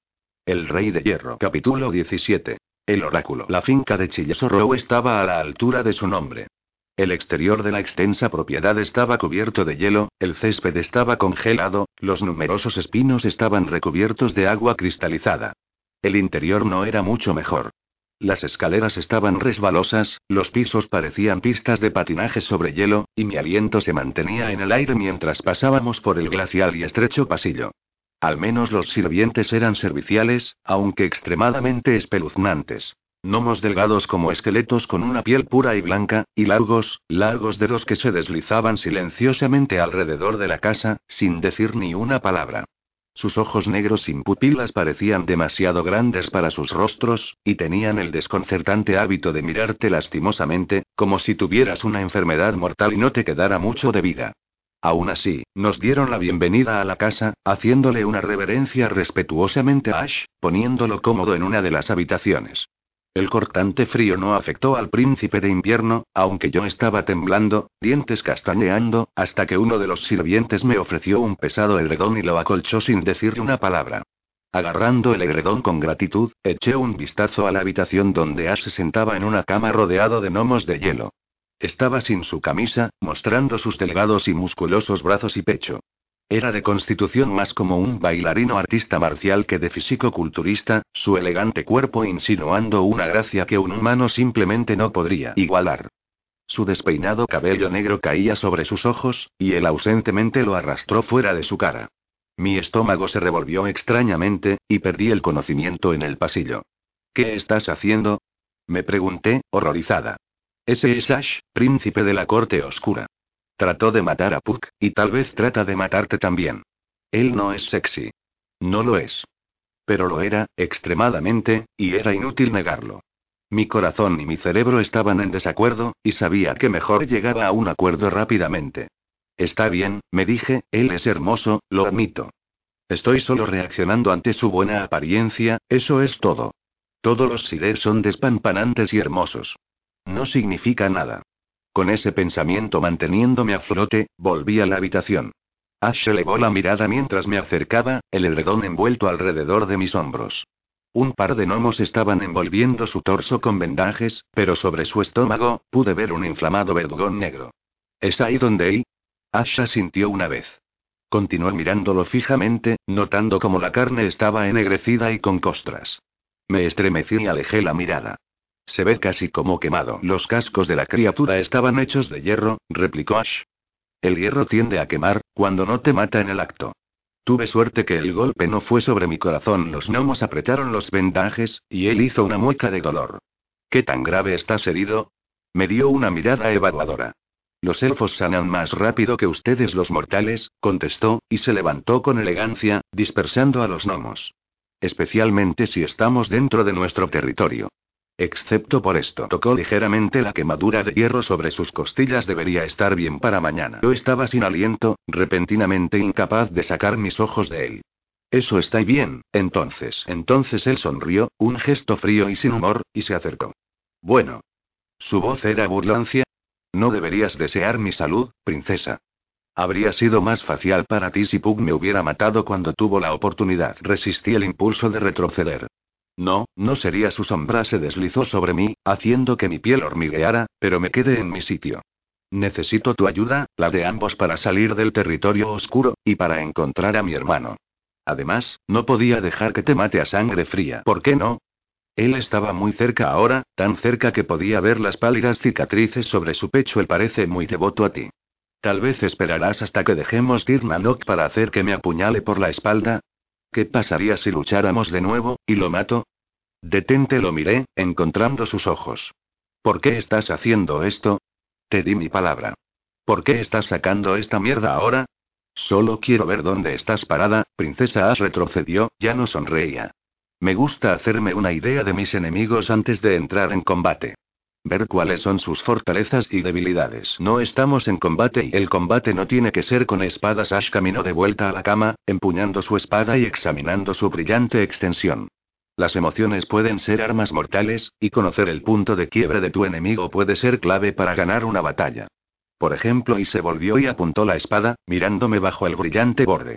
El Rey de Hierro. Capítulo diecisiete. El oráculo. La finca de Chillesorow estaba a la altura de su nombre. El exterior de la extensa propiedad estaba cubierto de hielo, el césped estaba congelado, los numerosos espinos estaban recubiertos de agua cristalizada. El interior no era mucho mejor. Las escaleras estaban resbalosas, los pisos parecían pistas de patinaje sobre hielo, y mi aliento se mantenía en el aire mientras pasábamos por el glacial y estrecho pasillo. Al menos los sirvientes eran serviciales, aunque extremadamente espeluznantes. Gnomos delgados como esqueletos con una piel pura y blanca, y largos, largos dedos que se deslizaban silenciosamente alrededor de la casa, sin decir ni una palabra. Sus ojos negros sin pupilas parecían demasiado grandes para sus rostros, y tenían el desconcertante hábito de mirarte lastimosamente, como si tuvieras una enfermedad mortal y no te quedara mucho de vida. Aún así, nos dieron la bienvenida a la casa, haciéndole una reverencia respetuosamente a Ash, poniéndolo cómodo en una de las habitaciones. El cortante frío no afectó al príncipe de invierno, aunque yo estaba temblando, dientes castañeando, hasta que uno de los sirvientes me ofreció un pesado edredón y lo acolchó sin decirle una palabra. Agarrando el edredón con gratitud, eché un vistazo a la habitación donde Ash se sentaba en una cama rodeado de gnomos de hielo. Estaba sin su camisa, mostrando sus delgados y musculosos brazos y pecho. Era de constitución más como un bailarino artista marcial que de físico-culturista, su elegante cuerpo insinuando una gracia que un humano simplemente no podría igualar. Su despeinado cabello negro caía sobre sus ojos, y él ausentemente lo arrastró fuera de su cara. Mi estómago se revolvió extrañamente, y perdí el conocimiento en el pasillo. ¿Qué estás haciendo?, me pregunté, horrorizada. Ese es Ash, príncipe de la corte oscura. Trató de matar a Puck, y tal vez trata de matarte también. Él no es sexy. No lo es. Pero lo era, extremadamente, y era inútil negarlo. Mi corazón y mi cerebro estaban en desacuerdo, y sabía que mejor llegaba a un acuerdo rápidamente. Está bien, me dije, él es hermoso, lo admito. Estoy solo reaccionando ante su buena apariencia, eso es todo. Todos los Sirés son despampanantes y hermosos. No significa nada. Con ese pensamiento manteniéndome a flote, volví a la habitación. Ash elevó la mirada mientras me acercaba, el edredón envuelto alrededor de mis hombros. Un par de gnomos estaban envolviendo su torso con vendajes, pero sobre su estómago, pude ver un inflamado vergón negro. ¿Es ahí donde él? Ash asintió una vez. Continué mirándolo fijamente, notando cómo la carne estaba ennegrecida y con costras. Me estremecí y alejé la mirada. Se ve casi como quemado. Los cascos de la criatura estaban hechos de hierro, replicó Ash. El hierro tiende a quemar, cuando no te mata en el acto. Tuve suerte que el golpe no fue sobre mi corazón. Los gnomos apretaron los vendajes, y él hizo una mueca de dolor. ¿Qué tan grave estás herido? Me dio una mirada evaluadora. Los elfos sanan más rápido que ustedes los mortales, contestó, y se levantó con elegancia, dispersando a los gnomos. Especialmente si estamos dentro de nuestro territorio. Excepto por esto. Tocó ligeramente la quemadura de hierro sobre sus costillas. Debería estar bien para mañana. Yo estaba sin aliento, repentinamente incapaz de sacar mis ojos de él. Eso está bien, entonces. Entonces él sonrió, un gesto frío y sin humor, y se acercó. Bueno. Su voz era burlancia. No deberías desear mi salud, princesa. Habría sido más facial para ti si Puck me hubiera matado cuando tuvo la oportunidad. Resistí el impulso de retroceder. No, no sería su sombra. Se deslizó sobre mí, haciendo que mi piel hormigueara, pero me quedé en mi sitio. Necesito tu ayuda, la de ambos, para salir del territorio oscuro, y para encontrar a mi hermano. Además, no podía dejar que te mate a sangre fría. ¿Por qué no? Él estaba muy cerca ahora, tan cerca que podía ver las pálidas cicatrices sobre su pecho. Él parece muy devoto a ti. Tal vez esperarás hasta que dejemos Tirnanok para hacer que me apuñale por la espalda. ¿Qué pasaría si lucháramos de nuevo, y lo mato? Detente, lo miré, encontrando sus ojos. ¿Por qué estás haciendo esto? Te di mi palabra. ¿Por qué estás sacando esta mierda ahora? Solo quiero ver dónde estás parada, princesa. Ash retrocedió, ya no sonreía. Me gusta hacerme una idea de mis enemigos antes de entrar en combate. Ver cuáles son sus fortalezas y debilidades. No estamos en combate y el combate no tiene que ser con espadas. Ash caminó de vuelta a la cama, empuñando su espada y examinando su brillante extensión. Las emociones pueden ser armas mortales, y conocer el punto de quiebre de tu enemigo puede ser clave para ganar una batalla. Por ejemplo, y se volvió y apuntó la espada, mirándome bajo el brillante borde.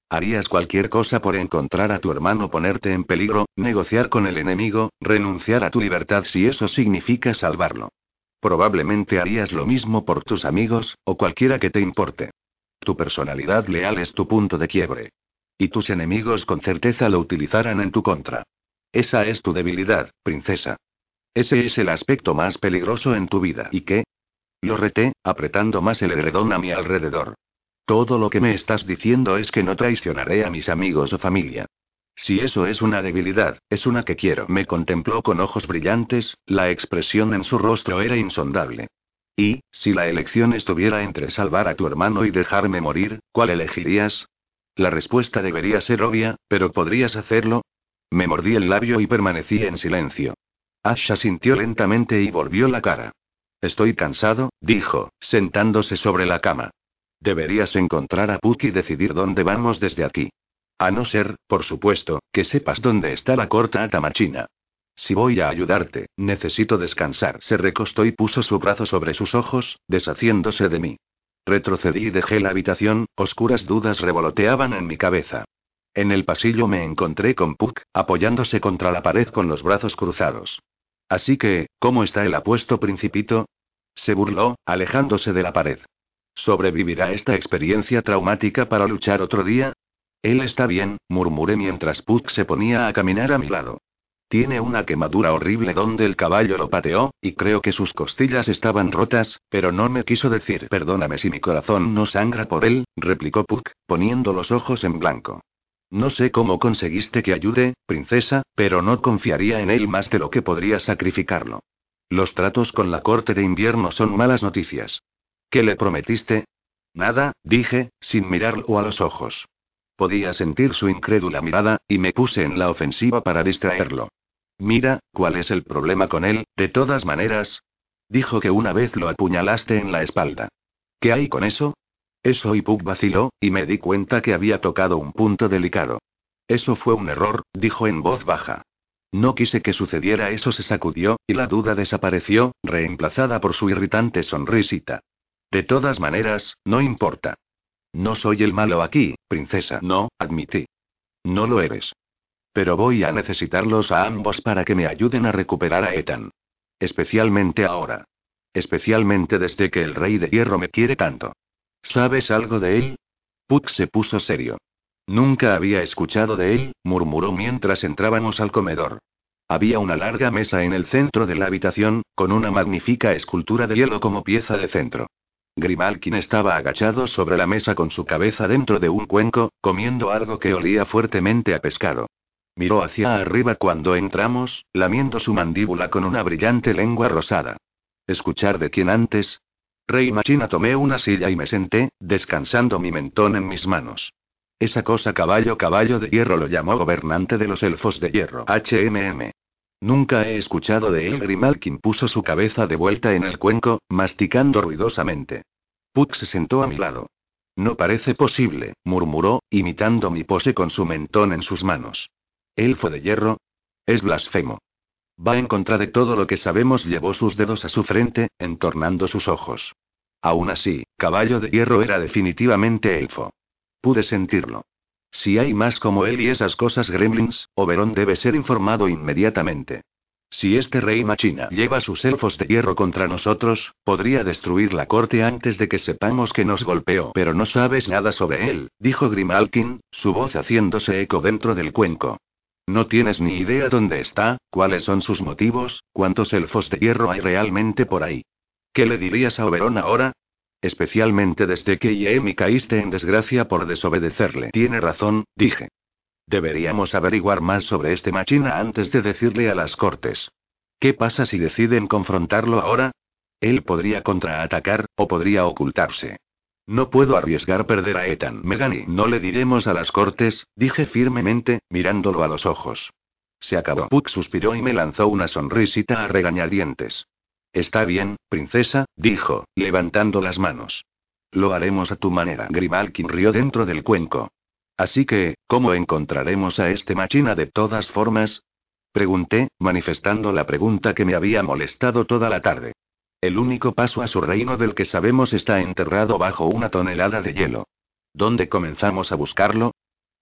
Harías cualquier cosa por encontrar a tu hermano, ponerte en peligro, negociar con el enemigo, renunciar a tu libertad si eso significa salvarlo. Probablemente harías lo mismo por tus amigos, o cualquiera que te importe. Tu personalidad leal es tu punto de quiebre. Y tus enemigos con certeza lo utilizarán en tu contra. Esa es tu debilidad, princesa. Ese es el aspecto más peligroso en tu vida. ¿Y qué? Lo reté, apretando más el edredón a mi alrededor. Todo lo que me estás diciendo es que no traicionaré a mis amigos o familia. Si eso es una debilidad, es una que quiero. Me contempló con ojos brillantes, la expresión en su rostro era insondable. Y, si la elección estuviera entre salvar a tu hermano y dejarme morir, ¿cuál elegirías? La respuesta debería ser obvia, pero ¿podrías hacerlo? Me mordí el labio y permanecí en silencio. Ash asintió lentamente y volvió la cara. Estoy cansado, dijo, sentándose sobre la cama. Deberías encontrar a Puck y decidir dónde vamos desde aquí. A no ser, por supuesto, que sepas dónde está la corta Atamachina. Si voy a ayudarte, necesito descansar. Se recostó y puso su brazo sobre sus ojos, deshaciéndose de mí. Retrocedí y dejé la habitación, oscuras dudas revoloteaban en mi cabeza. En el pasillo me encontré con Puck, apoyándose contra la pared con los brazos cruzados. Así que, ¿cómo está el apuesto principito? Se burló, alejándose de la pared. ¿Sobrevivirá esta experiencia traumática para luchar otro día? Él está bien, murmuré mientras Puck se ponía a caminar a mi lado. Tiene una quemadura horrible donde el caballo lo pateó, y creo que sus costillas estaban rotas, pero no me quiso decir perdóname si mi corazón no sangra por él, replicó Puck, poniendo los ojos en blanco. No sé cómo conseguiste que ayude, princesa, pero no confiaría en él más de lo que podría sacrificarlo. Los tratos con la corte de invierno son malas noticias. ¿Qué le prometiste? Nada, dije, sin mirarlo a los ojos. Podía sentir su incrédula mirada, y me puse en la ofensiva para distraerlo. Mira, ¿cuál es el problema con él, de todas maneras? Dijo que una vez lo apuñalaste en la espalda. ¿Qué hay con eso? Eso y Puck vaciló, y me di cuenta que había tocado un punto delicado. Eso fue un error, dijo en voz baja. No quise que sucediera eso. Se sacudió, y la duda desapareció, reemplazada por su irritante sonrisita. De todas maneras, no importa. No soy el malo aquí, princesa. No, admití. No lo eres. Pero voy a necesitarlos a ambos para que me ayuden a recuperar a Ethan. Especialmente ahora. Especialmente desde que el Rey de Hierro me quiere tanto. ¿Sabes algo de él? Puck se puso serio. Nunca había escuchado de él, murmuró mientras entrábamos al comedor. Había una larga mesa en el centro de la habitación, con una magnífica escultura de hielo como pieza de centro. Grimalkin estaba agachado sobre la mesa con su cabeza dentro de un cuenco, comiendo algo que olía fuertemente a pescado. Miró hacia arriba cuando entramos, lamiendo su mandíbula con una brillante lengua rosada. ¿Escuchar de quién antes? Rey Machina. Tomé una silla y me senté, descansando mi mentón en mis manos. Esa cosa caballo caballo de hierro lo llamó gobernante de los elfos de hierro. H M M. Nunca he escuchado de él. Grimalkin puso su cabeza de vuelta en el cuenco, masticando ruidosamente. Puck se sentó a mi lado. No parece posible, murmuró, imitando mi pose con su mentón en sus manos. ¿Elfo de hierro? Es blasfemo. Va en contra de todo lo que sabemos. Llevó sus dedos a su frente, entornando sus ojos. Aún así, caballo de hierro era definitivamente elfo. Pude sentirlo. Si hay más como él y esas cosas gremlins, Oberón debe ser informado inmediatamente. Si este Rey Machina lleva sus elfos de hierro contra nosotros, podría destruir la corte antes de que sepamos que nos golpeó. Pero no sabes nada sobre él, dijo Grimalkin, su voz haciéndose eco dentro del cuenco. No tienes ni idea dónde está, cuáles son sus motivos, cuántos elfos de hierro hay realmente por ahí. ¿Qué le dirías a Oberón ahora? Especialmente desde que Yaemi caíste en desgracia por desobedecerle. Tiene razón, dije. Deberíamos averiguar más sobre este Machina antes de decirle a las cortes. ¿Qué pasa si deciden confrontarlo ahora? Él podría contraatacar, o podría ocultarse. No puedo arriesgar perder a Ethan. Megani. No le diremos a las cortes, dije firmemente, mirándolo a los ojos. Se acabó. Puck suspiró y me lanzó una sonrisita a regañadientes. Está bien, princesa, dijo, levantando las manos. Lo haremos a tu manera. Grimalkin rió dentro del cuenco. Así que, ¿cómo encontraremos a este Machina de todas formas? Pregunté, manifestando la pregunta que me había molestado toda la tarde. El único paso a su reino del que sabemos está enterrado bajo una tonelada de hielo. ¿Dónde comenzamos a buscarlo?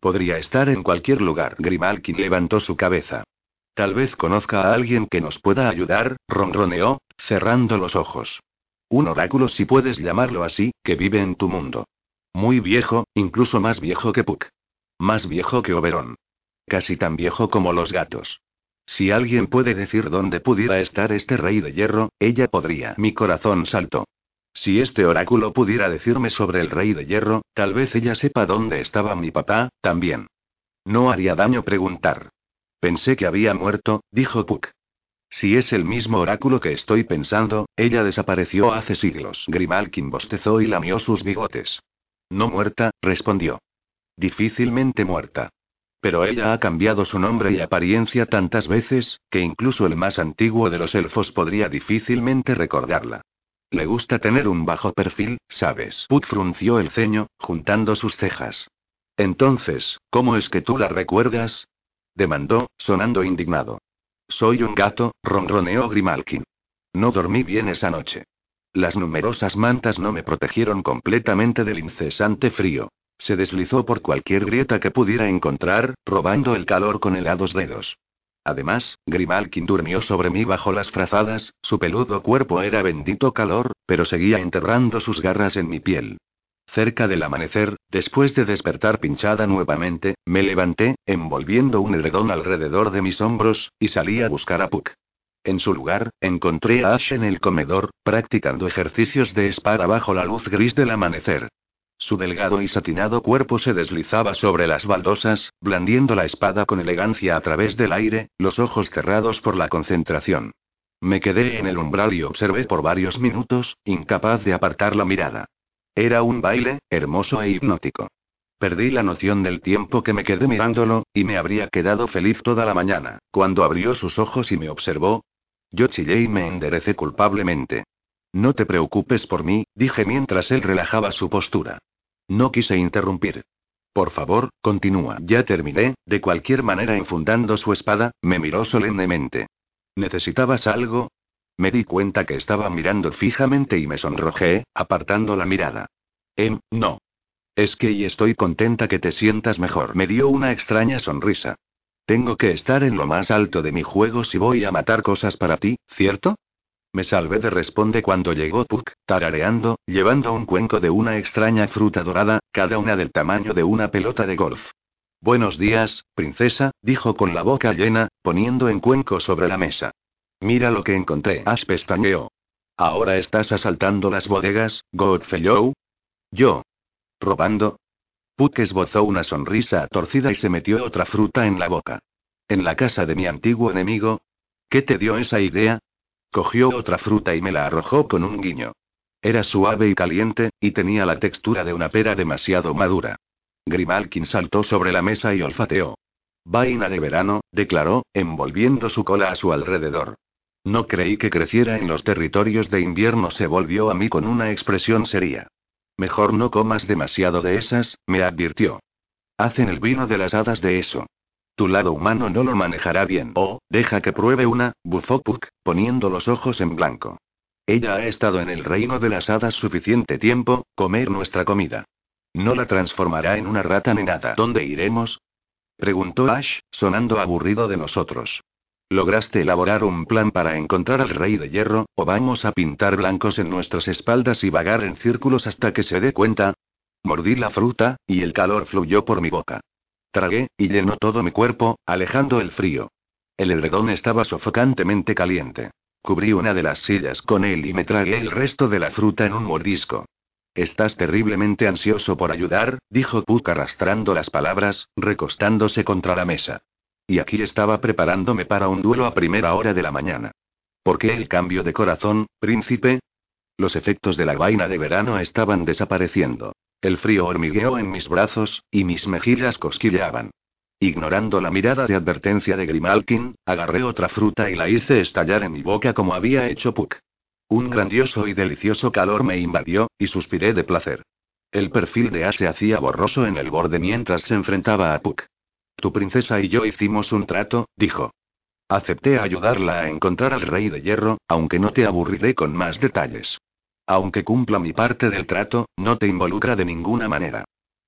Podría estar en cualquier lugar. Grimalkin levantó su cabeza. Tal vez conozca a alguien que nos pueda ayudar, ronroneó, cerrando los ojos. Un oráculo, si puedes llamarlo así, que vive en tu mundo. Muy viejo, incluso más viejo que Puck. Más viejo que Oberon. Casi tan viejo como los gatos. Si alguien puede decir dónde pudiera estar este rey de hierro, ella podría. Mi corazón saltó. Si este oráculo pudiera decirme sobre el rey de hierro, tal vez ella sepa dónde estaba mi papá, también. No haría daño preguntar. Pensé que había muerto, dijo Puck. Si es el mismo oráculo que estoy pensando, ella desapareció hace siglos. Grimalkin bostezó y lamió sus bigotes. No muerta, respondió. Difícilmente muerta. Pero ella ha cambiado su nombre y apariencia tantas veces, que incluso el más antiguo de los elfos podría difícilmente recordarla. Le gusta tener un bajo perfil, ¿sabes? Puck frunció el ceño, juntando sus cejas. Entonces, ¿cómo es que tú la recuerdas? Demandó, sonando indignado. Soy un gato, ronroneó Grimalkin. No dormí bien esa noche. Las numerosas mantas no me protegieron completamente del incesante frío. Se deslizó por cualquier grieta que pudiera encontrar, robando el calor con helados dedos. Además, Grimalkin durmió sobre mí bajo las frazadas, su peludo cuerpo era bendito calor, pero seguía enterrando sus garras en mi piel. Cerca del amanecer, después de despertar pinchada nuevamente, me levanté, envolviendo un edredón alrededor de mis hombros, y salí a buscar a Puck. En su lugar, encontré a Ash en el comedor, practicando ejercicios de espada bajo la luz gris del amanecer. Su delgado y satinado cuerpo se deslizaba sobre las baldosas, blandiendo la espada con elegancia a través del aire, los ojos cerrados por la concentración. Me quedé en el umbral y observé por varios minutos, incapaz de apartar la mirada. Era un baile, hermoso e hipnótico. Perdí la noción del tiempo que me quedé mirándolo, y me habría quedado feliz toda la mañana, cuando abrió sus ojos y me observó. Yo chillé y me enderecé culpablemente. No te preocupes por mí, dije mientras él relajaba su postura. No quise interrumpir. Por favor, continúa. Ya terminé, de cualquier manera enfundando su espada, me miró solemnemente. ¿Necesitabas algo? Me di cuenta que estaba mirando fijamente y me sonrojé, apartando la mirada. Em, no. Es que y estoy contenta que te sientas mejor. Me dio una extraña sonrisa. Tengo que estar en lo más alto de mi juego si voy a matar cosas para ti, ¿cierto? Me salvé de responde cuando llegó Puck, tarareando, llevando un cuenco de una extraña fruta dorada, cada una del tamaño de una pelota de golf. Buenos días, princesa, dijo con la boca llena, poniendo el cuenco sobre la mesa. Mira lo que encontré. Ash pestañeó. ¿Ahora estás asaltando las bodegas, Godfellow? ¿Yo? ¿Robando? Puck esbozó una sonrisa torcida y se metió otra fruta en la boca. ¿En la casa de mi antiguo enemigo? ¿Qué te dio esa idea? Cogió otra fruta y me la arrojó con un guiño. Era suave y caliente, y tenía la textura de una pera demasiado madura. Grimalkin saltó sobre la mesa y olfateó. Vaina de verano, declaró, envolviendo su cola a su alrededor. No creí que creciera en los territorios de invierno. Se volvió a mí con una expresión seria. Mejor no comas demasiado de esas, me advirtió. Hacen el vino de las hadas de eso. Tu lado humano no lo manejará bien. Oh, deja que pruebe una, bufó Puck, poniendo los ojos en blanco. Ella ha estado en el reino de las hadas suficiente tiempo, comer nuestra comida. No la transformará en una rata ni nada. ¿Dónde iremos? Preguntó Ash, sonando aburrido de nosotros. ¿Lograste elaborar un plan para encontrar al rey de hierro, o vamos a pintar blancos en nuestras espaldas y vagar en círculos hasta que se dé cuenta? Mordí la fruta, y el calor fluyó por mi boca. Tragué, y llenó todo mi cuerpo, alejando el frío. El edredón estaba sofocantemente caliente. Cubrí una de las sillas con él y me tragué el resto de la fruta en un mordisco. Estás terriblemente ansioso por ayudar, dijo Puck arrastrando las palabras, recostándose contra la mesa. Y aquí estaba preparándome para un duelo a primera hora de la mañana. ¿Por qué el cambio de corazón, príncipe? Los efectos de la vaina de verano estaban desapareciendo. El frío hormigueó en mis brazos, y mis mejillas cosquilleaban. Ignorando la mirada de advertencia de Grimalkin, agarré otra fruta y la hice estallar en mi boca como había hecho Puck. Un grandioso y delicioso calor me invadió, y suspiré de placer. El perfil de Ash se hacía borroso en el borde mientras se enfrentaba a Puck. Tu princesa y yo hicimos un trato, dijo. Acepté ayudarla a encontrar al rey de hierro, aunque no te aburriré con más detalles. Aunque cumpla mi parte del trato, no te involucra de ninguna manera.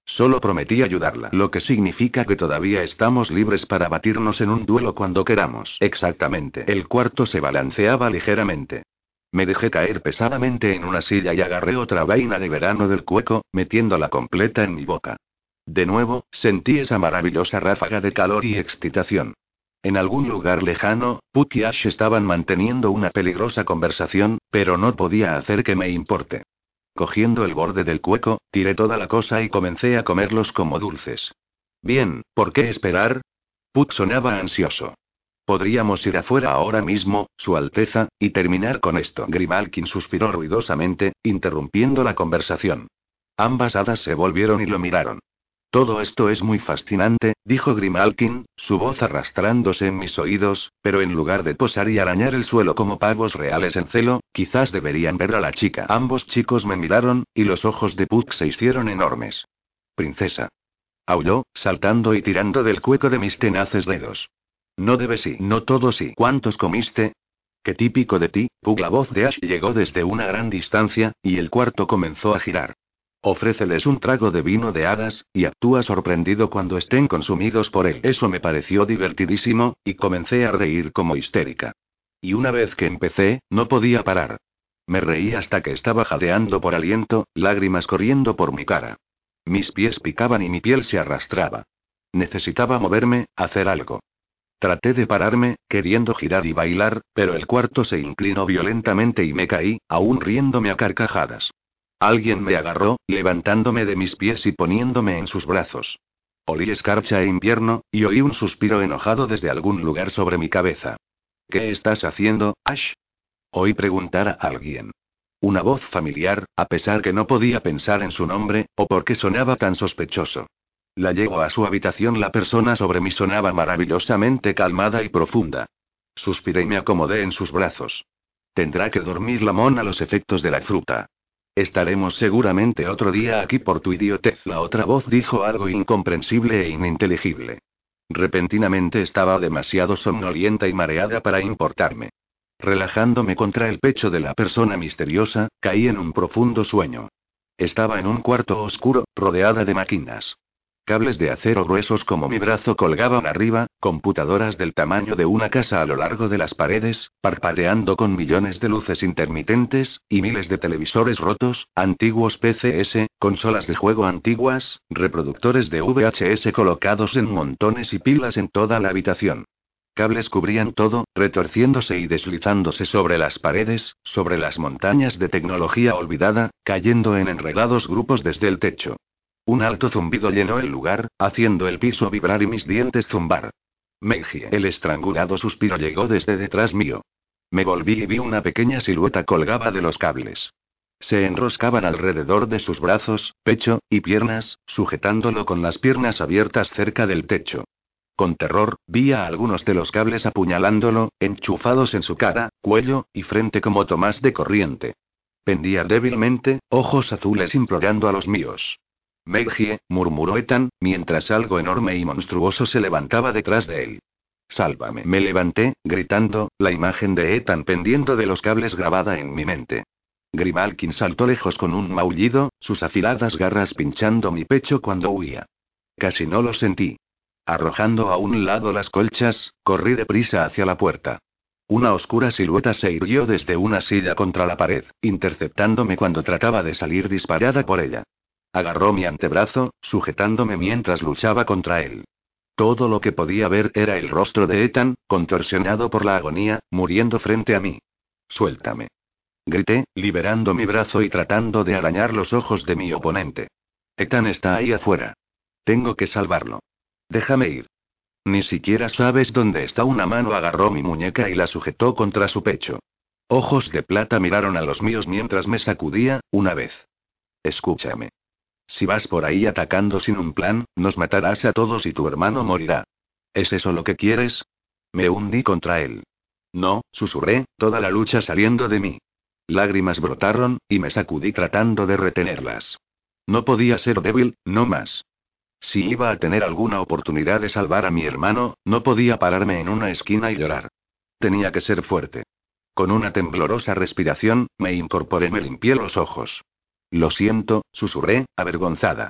Solo prometí ayudarla, lo que significa que todavía estamos libres para batirnos en un duelo cuando queramos. Exactamente. El cuarto se balanceaba ligeramente. Me dejé caer pesadamente en una silla y agarré otra vaina de verano del cueco, metiéndola completa en mi boca. De nuevo, sentí esa maravillosa ráfaga de calor y excitación. En algún lugar lejano, Puck y Ash estaban manteniendo una peligrosa conversación, pero no podía hacer que me importe. Cogiendo el borde del cueco, tiré toda la cosa y comencé a comerlos como dulces. Bien, ¿por qué esperar? Puck sonaba ansioso. Podríamos ir afuera ahora mismo, Su Alteza, y terminar con esto. Grimalkin suspiró ruidosamente, interrumpiendo la conversación. Ambas hadas se volvieron y lo miraron. Todo esto es muy fascinante, dijo Grimalkin, su voz arrastrándose en mis oídos, pero en lugar de posar y arañar el suelo como pavos reales en celo, quizás deberían ver a la chica. Ambos chicos me miraron, y los ojos de Puck se hicieron enormes. Princesa. Aulló, saltando y tirando del cueco de mis tenaces dedos. No debes y no todo sí. ¿Cuántos comiste? Qué típico de ti, Puck. La voz de Ash llegó desde una gran distancia, y el cuarto comenzó a girar. Ofréceles un trago de vino de hadas, y actúa sorprendido cuando estén consumidos por él. Eso me pareció divertidísimo, y comencé a reír como histérica. Y una vez que empecé, no podía parar. Me reí hasta que estaba jadeando por aliento, lágrimas corriendo por mi cara. Mis pies picaban y mi piel se arrastraba. Necesitaba moverme, hacer algo. Traté de pararme, queriendo girar y bailar, pero el cuarto se inclinó violentamente y me caí, aún riéndome a carcajadas. Alguien me agarró, levantándome de mis pies y poniéndome en sus brazos. Olí escarcha e invierno, y oí un suspiro enojado desde algún lugar sobre mi cabeza. ¿Qué estás haciendo, Ash? Oí preguntar a alguien. Una voz familiar, a pesar que no podía pensar en su nombre, o por qué sonaba tan sospechoso. La llevo a su habitación. La persona sobre mí sonaba maravillosamente calmada y profunda. Suspiré y me acomodé en sus brazos. Tendrá que dormir la mona a los efectos de la fruta. Estaremos seguramente otro día aquí por tu idiotez. La otra voz dijo algo incomprensible e ininteligible. Repentinamente estaba demasiado somnolienta y mareada para importarme. Relajándome contra el pecho de la persona misteriosa, caí en un profundo sueño. Estaba en un cuarto oscuro, rodeada de máquinas. Cables de acero gruesos como mi brazo colgaban arriba, computadoras del tamaño de una casa a lo largo de las paredes, parpadeando con millones de luces intermitentes, y miles de televisores rotos, antiguos P C S, consolas de juego antiguas, reproductores de V H S colocados en montones y pilas en toda la habitación. Cables cubrían todo, retorciéndose y deslizándose sobre las paredes, sobre las montañas de tecnología olvidada, cayendo en enredados grupos desde el techo. Un alto zumbido llenó el lugar, haciendo el piso vibrar y mis dientes zumbar. Meiji. El estrangulado suspiro llegó desde detrás mío. Me volví y vi una pequeña silueta colgaba de los cables. Se enroscaban alrededor de sus brazos, pecho, y piernas, sujetándolo con las piernas abiertas cerca del techo. Con terror, vi a algunos de los cables apuñalándolo, enchufados en su cara, cuello, y frente como Tomás de corriente. Pendía débilmente, ojos azules implorando a los míos. Meiji, murmuró Ethan, mientras algo enorme y monstruoso se levantaba detrás de él. Sálvame. Me levanté, gritando, la imagen de Ethan pendiendo de los cables grabada en mi mente. Grimalkin saltó lejos con un maullido, sus afiladas garras pinchando mi pecho cuando huía. Casi no lo sentí. Arrojando a un lado las colchas, corrí deprisa hacia la puerta. Una oscura silueta se irguió desde una silla contra la pared, interceptándome cuando trataba de salir disparada por ella. Agarró mi antebrazo, sujetándome mientras luchaba contra él. Todo lo que podía ver era el rostro de Ethan, contorsionado por la agonía, muriendo frente a mí. Suéltame. Grité, liberando mi brazo y tratando de arañar los ojos de mi oponente. Ethan está ahí afuera. Tengo que salvarlo. Déjame ir. Ni siquiera sabes dónde está. Una mano agarró mi muñeca y la sujetó contra su pecho. Ojos de plata miraron a los míos mientras me sacudía, una vez. Escúchame. Si vas por ahí atacando sin un plan, nos matarás a todos y tu hermano morirá. ¿Es eso lo que quieres? Me hundí contra él. No, susurré, toda la lucha saliendo de mí. Lágrimas brotaron, y me sacudí tratando de retenerlas. No podía ser débil, no más. Si iba a tener alguna oportunidad de salvar a mi hermano, no podía pararme en una esquina y llorar. Tenía que ser fuerte. Con una temblorosa respiración, me incorporé y me limpié los ojos. Lo siento, susurré, avergonzada.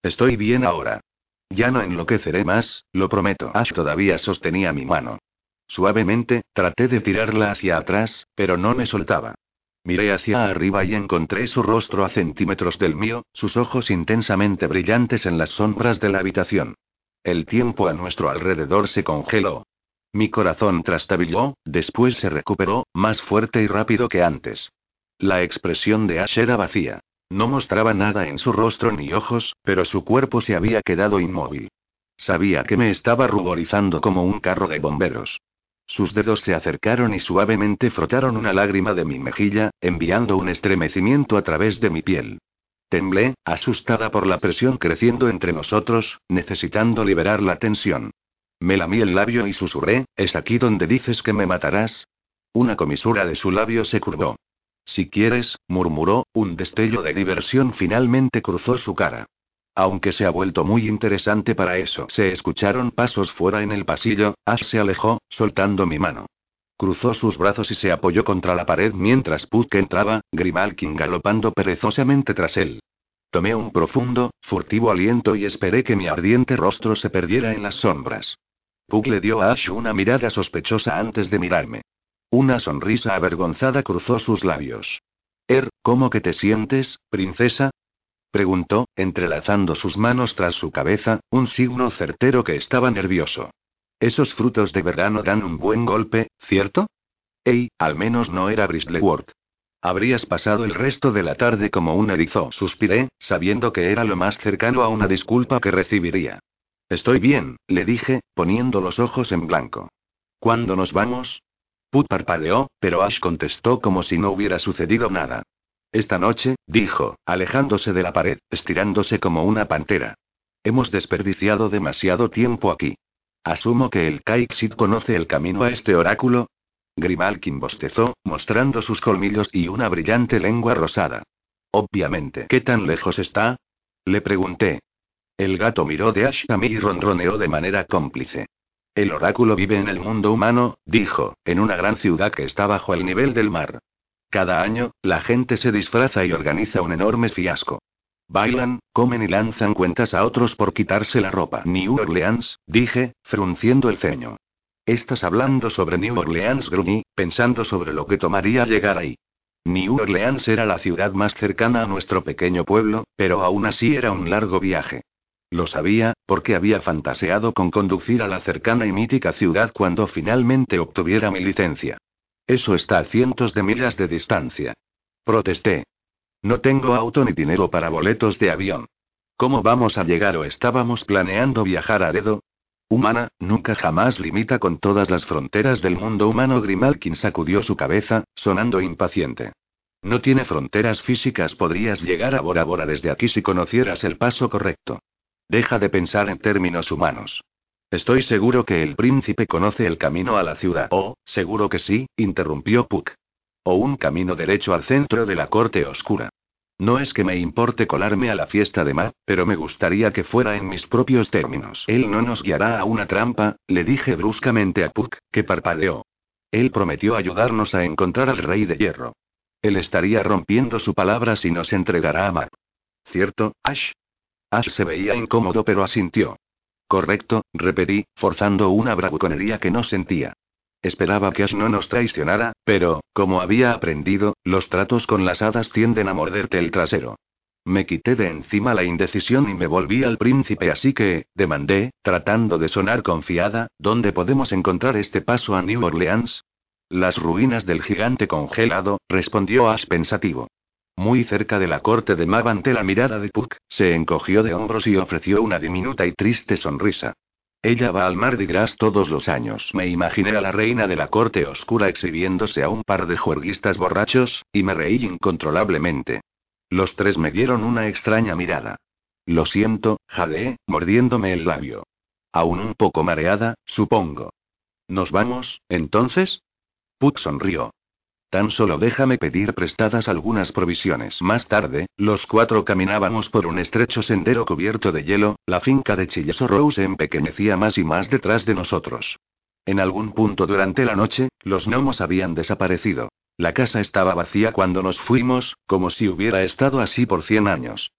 Estoy bien ahora. Ya no enloqueceré más, lo prometo. Ash todavía sostenía mi mano. Suavemente, traté de tirarla hacia atrás, pero no me soltaba. Miré hacia arriba y encontré su rostro a centímetros del mío, sus ojos intensamente brillantes en las sombras de la habitación. El tiempo a nuestro alrededor se congeló. Mi corazón trastabilló, después se recuperó, más fuerte y rápido que antes. La expresión de Ash era vacía. No mostraba nada en su rostro ni ojos, pero su cuerpo se había quedado inmóvil. Sabía que me estaba ruborizando como un carro de bomberos. Sus dedos se acercaron y suavemente frotaron una lágrima de mi mejilla, enviando un estremecimiento a través de mi piel. Temblé, asustada por la presión creciendo entre nosotros, necesitando liberar la tensión. Me lamí el labio y susurré, ¿es aquí donde dices que me matarás? Una comisura de su labio se curvó. Si quieres, murmuró, un destello de diversión finalmente cruzó su cara. Aunque se ha vuelto muy interesante para eso. Se escucharon pasos fuera en el pasillo, Ash se alejó, soltando mi mano. Cruzó sus brazos y se apoyó contra la pared mientras Puck entraba, Grimalkin galopando perezosamente tras él. Tomé un profundo, furtivo aliento y esperé que mi ardiente rostro se perdiera en las sombras. Puck le dio a Ash una mirada sospechosa antes de mirarme. Una sonrisa avergonzada cruzó sus labios. Er, ¿cómo que te sientes, princesa? Preguntó, entrelazando sus manos tras su cabeza, un signo certero que estaba nervioso. Esos frutos de verano dan un buen golpe, ¿cierto? Ey, al menos no era Bristleworth. Habrías pasado el resto de la tarde como un erizo, suspiré, sabiendo que era lo más cercano a una disculpa que recibiría. Estoy bien, le dije, poniendo los ojos en blanco. ¿Cuándo nos vamos? Puck parpadeó, pero Ash contestó como si no hubiera sucedido nada. Esta noche, dijo, alejándose de la pared, estirándose como una pantera. Hemos desperdiciado demasiado tiempo aquí. Asumo que el Kaiksit conoce el camino a este oráculo. Grimalkin bostezó, mostrando sus colmillos y una brillante lengua rosada. Obviamente. ¿Qué tan lejos está? Le pregunté. El gato miró de Ash a mí y ronroneó de manera cómplice. El oráculo vive en el mundo humano, dijo, en una gran ciudad que está bajo el nivel del mar. Cada año, la gente se disfraza y organiza un enorme fiasco. Bailan, comen y lanzan cuentas a otros por quitarse la ropa. New Orleans, dije, frunciendo el ceño. Estás hablando sobre New Orleans, gruñí, pensando sobre lo que tomaría llegar ahí. New Orleans era la ciudad más cercana a nuestro pequeño pueblo, pero aún así era un largo viaje. Lo sabía, porque había fantaseado con conducir a la cercana y mítica ciudad cuando finalmente obtuviera mi licencia. Eso está a cientos de millas de distancia. Protesté. No tengo auto ni dinero para boletos de avión. ¿Cómo vamos a llegar o estábamos planeando viajar a dedo? Humana, nunca jamás limita con todas las fronteras del mundo humano. Grimalkin sacudió su cabeza, sonando impaciente. No tiene fronteras físicas. Podrías llegar a Bora Bora desde aquí si conocieras el paso correcto. Deja de pensar en términos humanos. Estoy seguro que el príncipe conoce el camino a la ciudad. Oh, seguro que sí, interrumpió Puck. O un camino derecho al centro de la corte oscura. No es que me importe colarme a la fiesta de Matt, pero me gustaría que fuera en mis propios términos. Él no nos guiará a una trampa, le dije bruscamente a Puck, que parpadeó. Él prometió ayudarnos a encontrar al Rey de Hierro. Él estaría rompiendo su palabra si nos entregara a Matt. ¿Cierto, Ash? Ash se veía incómodo pero asintió. Correcto, repetí, forzando una bravuconería que no sentía. Esperaba que Ash no nos traicionara, pero, como había aprendido, los tratos con las hadas tienden a morderte el trasero. Me quité de encima la indecisión y me volví al príncipe, así que, demandé, tratando de sonar confiada, ¿dónde podemos encontrar este paso a New Orleans? Las ruinas del gigante congelado, respondió Ash pensativo. Muy cerca de la corte de Mab. Ante la mirada de Puck, se encogió de hombros y ofreció una diminuta y triste sonrisa. Ella va al Mardi Gras todos los años. Me imaginé a la reina de la corte oscura exhibiéndose a un par de juerguistas borrachos, y me reí incontrolablemente. Los tres me dieron una extraña mirada. Lo siento, jadeé, mordiéndome el labio. Aún un poco mareada, supongo. ¿Nos vamos, entonces? Puck sonrió. Tan solo déjame pedir prestadas algunas provisiones. Más tarde, los cuatro caminábamos por un estrecho sendero cubierto de hielo, la finca de Chilleso Rose se empequeñecía más y más detrás de nosotros. En algún punto durante la noche, los gnomos habían desaparecido. La casa estaba vacía cuando nos fuimos, como si hubiera estado así por cien años.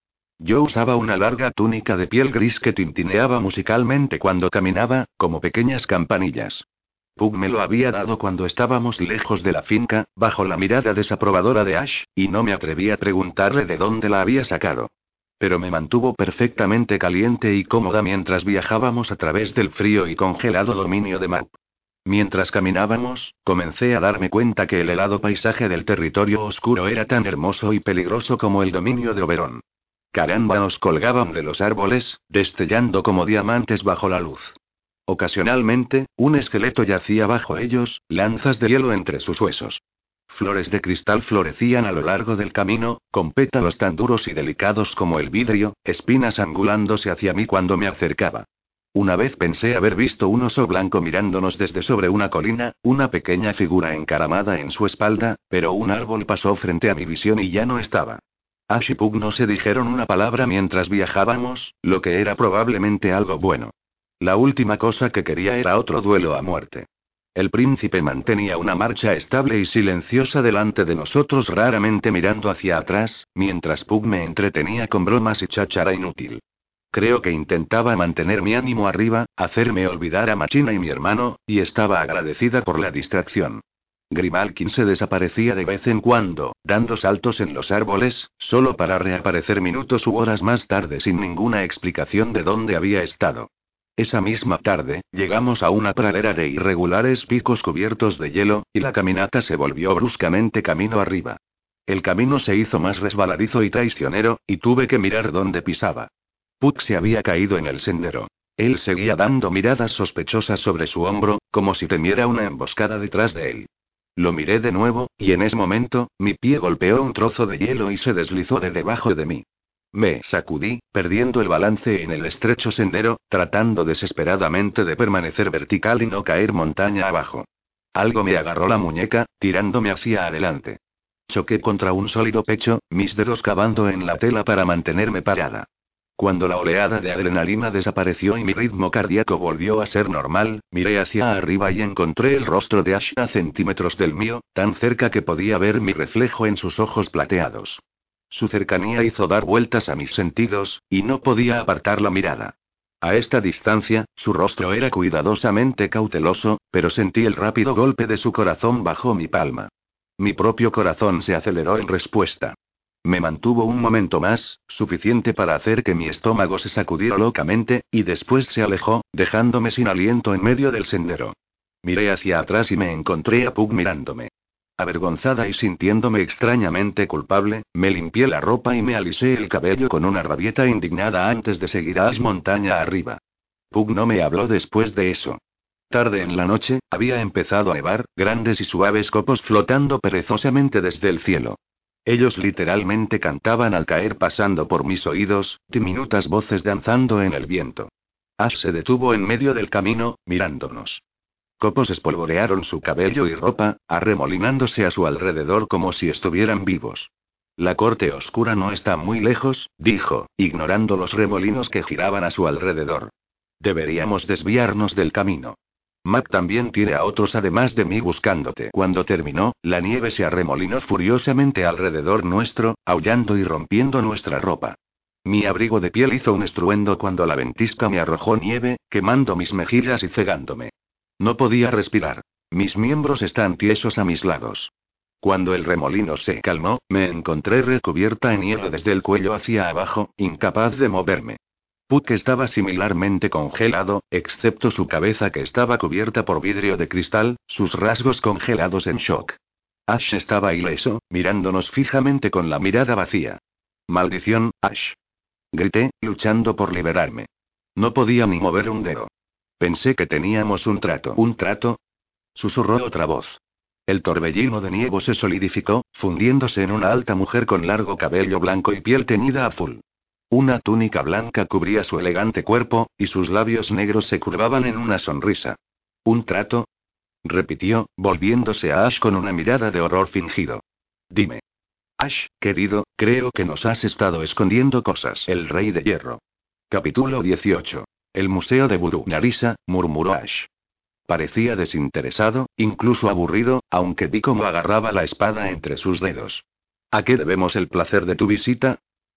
Yo usaba una larga túnica de piel gris que tintineaba musicalmente cuando caminaba, como pequeñas campanillas. Pug me lo había dado cuando estábamos lejos de la finca, bajo la mirada desaprobadora de Ash, y no me atreví a preguntarle de dónde la había sacado. Pero me mantuvo perfectamente caliente y cómoda mientras viajábamos a través del frío y congelado dominio de Maup. Mientras caminábamos, comencé a darme cuenta que el helado paisaje del territorio oscuro era tan hermoso y peligroso como el dominio de Oberon. Carándanos colgaban de los árboles, destellando como diamantes bajo la luz. Ocasionalmente, un esqueleto yacía bajo ellos, lanzas de hielo entre sus huesos. Flores de cristal florecían a lo largo del camino, con pétalos tan duros y delicados como el vidrio, espinas angulándose hacia mí cuando me acercaba. Una vez pensé haber visto un oso blanco mirándonos desde sobre una colina, una pequeña figura encaramada en su espalda, pero un árbol pasó frente a mi visión y ya no estaba. Ash y Pug no se dijeron una palabra mientras viajábamos, lo que era probablemente algo bueno. La última cosa que quería era otro duelo a muerte. El príncipe mantenía una marcha estable y silenciosa delante de nosotros, raramente mirando hacia atrás, mientras Pug me entretenía con bromas y cháchara inútil. Creo que intentaba mantener mi ánimo arriba, hacerme olvidar a Machina y mi hermano, y estaba agradecida por la distracción. Grimalkin se desaparecía de vez en cuando, dando saltos en los árboles, solo para reaparecer minutos u horas más tarde sin ninguna explicación de dónde había estado. Esa misma tarde, llegamos a una pradera de irregulares picos cubiertos de hielo, y la caminata se volvió bruscamente camino arriba. El camino se hizo más resbaladizo y traicionero, y tuve que mirar dónde pisaba. Pug se había caído en el sendero. Él seguía dando miradas sospechosas sobre su hombro, como si temiera una emboscada detrás de él. Lo miré de nuevo, y en ese momento, mi pie golpeó un trozo de hielo y se deslizó de debajo de mí. Me sacudí, perdiendo el balance en el estrecho sendero, tratando desesperadamente de permanecer vertical y no caer montaña abajo. Algo me agarró la muñeca, tirándome hacia adelante. Choqué contra un sólido pecho, mis dedos cavando en la tela para mantenerme parada. Cuando la oleada de adrenalina desapareció y mi ritmo cardíaco volvió a ser normal, miré hacia arriba y encontré el rostro de Ash a centímetros del mío, tan cerca que podía ver mi reflejo en sus ojos plateados. Su cercanía hizo dar vueltas a mis sentidos, y no podía apartar la mirada. A esta distancia, su rostro era cuidadosamente cauteloso, pero sentí el rápido golpe de su corazón bajo mi palma. Mi propio corazón se aceleró en respuesta. Me mantuvo un momento más, suficiente para hacer que mi estómago se sacudiera locamente, y después se alejó, dejándome sin aliento en medio del sendero. Miré hacia atrás y me encontré a Pug mirándome. Avergonzada y sintiéndome extrañamente culpable, me limpié la ropa y me alisé el cabello con una rabieta indignada antes de seguir a Ash montaña arriba. Pug no me habló después de eso. Tarde en la noche, había empezado a nevar, grandes y suaves copos flotando perezosamente desde el cielo. Ellos literalmente cantaban al caer pasando por mis oídos, diminutas voces danzando en el viento. Ash se detuvo en medio del camino, mirándonos. Copos espolvorearon su cabello y ropa, arremolinándose a su alrededor como si estuvieran vivos. La corte oscura no está muy lejos, dijo, ignorando los remolinos que giraban a su alrededor. Deberíamos desviarnos del camino. Mac también tiene a otros además de mí buscándote. Cuando terminó, la nieve se arremolinó furiosamente alrededor nuestro, aullando y rompiendo nuestra ropa. Mi abrigo de piel hizo un estruendo cuando la ventisca me arrojó nieve, quemando mis mejillas y cegándome. No podía respirar. Mis miembros están tiesos a mis lados. Cuando el remolino se calmó, me encontré recubierta en hielo desde el cuello hacia abajo, incapaz de moverme. Puck estaba similarmente congelado, excepto su cabeza que estaba cubierta por vidrio de cristal, sus rasgos congelados en shock. Ash estaba ileso, mirándonos fijamente con la mirada vacía. «¡Maldición, Ash!», grité, luchando por liberarme. No podía ni mover un dedo. Pensé que teníamos un trato. ¿Un trato?, susurró otra voz. El torbellino de nieve se solidificó, fundiéndose en una alta mujer con largo cabello blanco y piel teñida azul. Una túnica blanca cubría su elegante cuerpo, y sus labios negros se curvaban en una sonrisa. ¿Un trato?, repitió, volviéndose a Ash con una mirada de horror fingido. Dime. Ash, querido, creo que nos has estado escondiendo cosas. El Rey de Hierro. Capítulo dieciocho. El Museo de Vudú. Narisa, murmuró Ash. Parecía desinteresado, incluso aburrido, aunque vi cómo agarraba la espada entre sus dedos. ¿A qué debemos el placer de tu visita?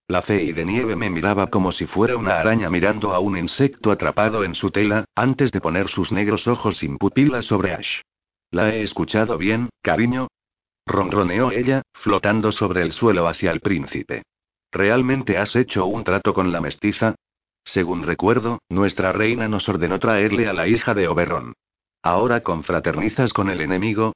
La fey de nieve me miraba como si fuera una araña mirando a un insecto atrapado en su tela, antes de poner sus negros ojos sin pupilas sobre Ash. ¿La he escuchado bien, cariño? Ronroneó ella, flotando sobre el suelo hacia el príncipe. ¿Realmente has hecho un trato con la mestiza? Según recuerdo, nuestra reina nos ordenó traerle a la hija de Oberón. ¿Ahora confraternizas con el enemigo?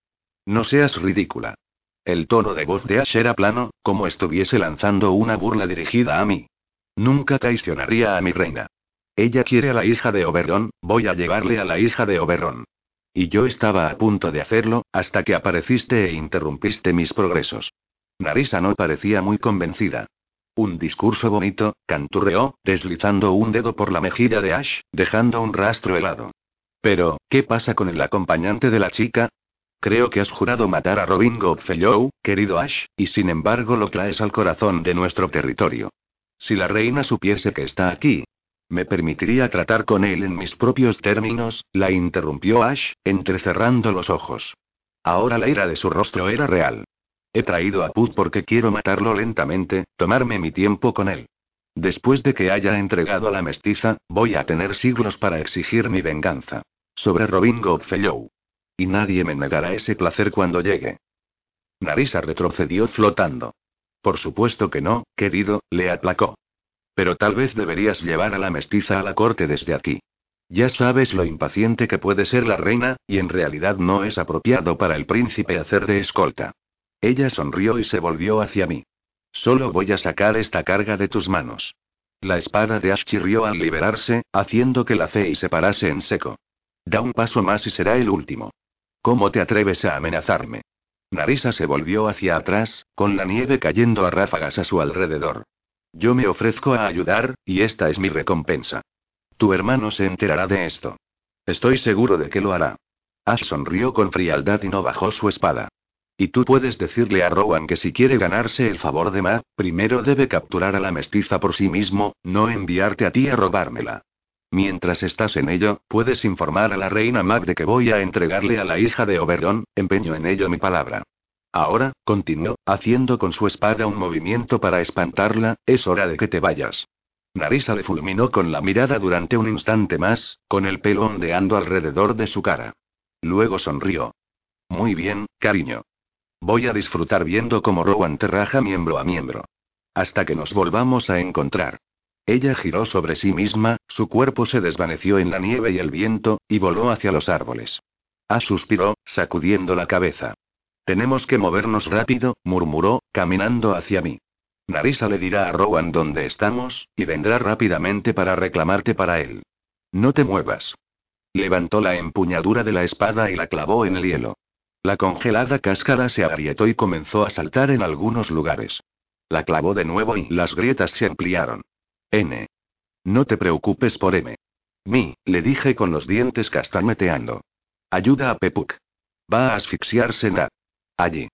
No seas ridícula. El tono de voz de Ash era plano, como estuviese lanzando una burla dirigida a mí. Nunca traicionaría a mi reina. Ella quiere a la hija de Oberón, voy a llevarle a la hija de Oberón. Y yo estaba a punto de hacerlo, hasta que apareciste e interrumpiste mis progresos. Narisa no parecía muy convencida. Un discurso bonito, canturreó, deslizando un dedo por la mejilla de Ash, dejando un rastro helado. Pero, ¿qué pasa con el acompañante de la chica? Creo que has jurado matar a Robin Goodfellow, querido Ash, y sin embargo lo traes al corazón de nuestro territorio. Si la reina supiese que está aquí, me permitiría tratar con él en mis propios términos, la interrumpió Ash, entrecerrando los ojos. Ahora la ira de su rostro era real. He traído a Puck porque quiero matarlo lentamente, tomarme mi tiempo con él. Después de que haya entregado a la mestiza, voy a tener siglos para exigir mi venganza. Sobre Robin Goodfellow. Y nadie me negará ese placer cuando llegue. Narisa retrocedió flotando. Por supuesto que no, querido, le aplacó. Pero tal vez deberías llevar a la mestiza a la corte desde aquí. Ya sabes lo impaciente que puede ser la reina, y en realidad no es apropiado para el príncipe hacer de escolta. Ella sonrió y se volvió hacia mí. Solo voy a sacar esta carga de tus manos. La espada de Ash chirrió al liberarse, haciendo que la fey se parase en seco. Da un paso más y será el último. ¿Cómo te atreves a amenazarme? Narisa se volvió hacia atrás, con la nieve cayendo a ráfagas a su alrededor. Yo me ofrezco a ayudar, y esta es mi recompensa. Tu hermano se enterará de esto. Estoy seguro de que lo hará. Ash sonrió con frialdad y no bajó su espada. Y tú puedes decirle a Rowan que si quiere ganarse el favor de Ma, primero debe capturar a la mestiza por sí mismo, no enviarte a ti a robármela. Mientras estás en ello, puedes informar a la reina Mag de que voy a entregarle a la hija de Oberón, empeño en ello mi palabra. Ahora, continuó, haciendo con su espada un movimiento para espantarla, es hora de que te vayas. Narisa le fulminó con la mirada durante un instante más, con el pelo ondeando alrededor de su cara. Luego sonrió. Muy bien, cariño. Voy a disfrutar viendo cómo Rowan te raja miembro a miembro. Hasta que nos volvamos a encontrar. Ella giró sobre sí misma, su cuerpo se desvaneció en la nieve y el viento, y voló hacia los árboles. Ash suspiró, sacudiendo la cabeza. Tenemos que movernos rápido, murmuró, caminando hacia mí. Narisa le dirá a Rowan dónde estamos, y vendrá rápidamente para reclamarte para él. No te muevas. Levantó la empuñadura de la espada y la clavó en el hielo. La congelada cáscara se agrietó y comenzó a saltar en algunos lugares. La clavó de nuevo y las grietas se ampliaron. N. No te preocupes por M. Mi, le dije con los dientes castañeteando. Ayuda a Pepuk. Va a asfixiarse Nat. Allí.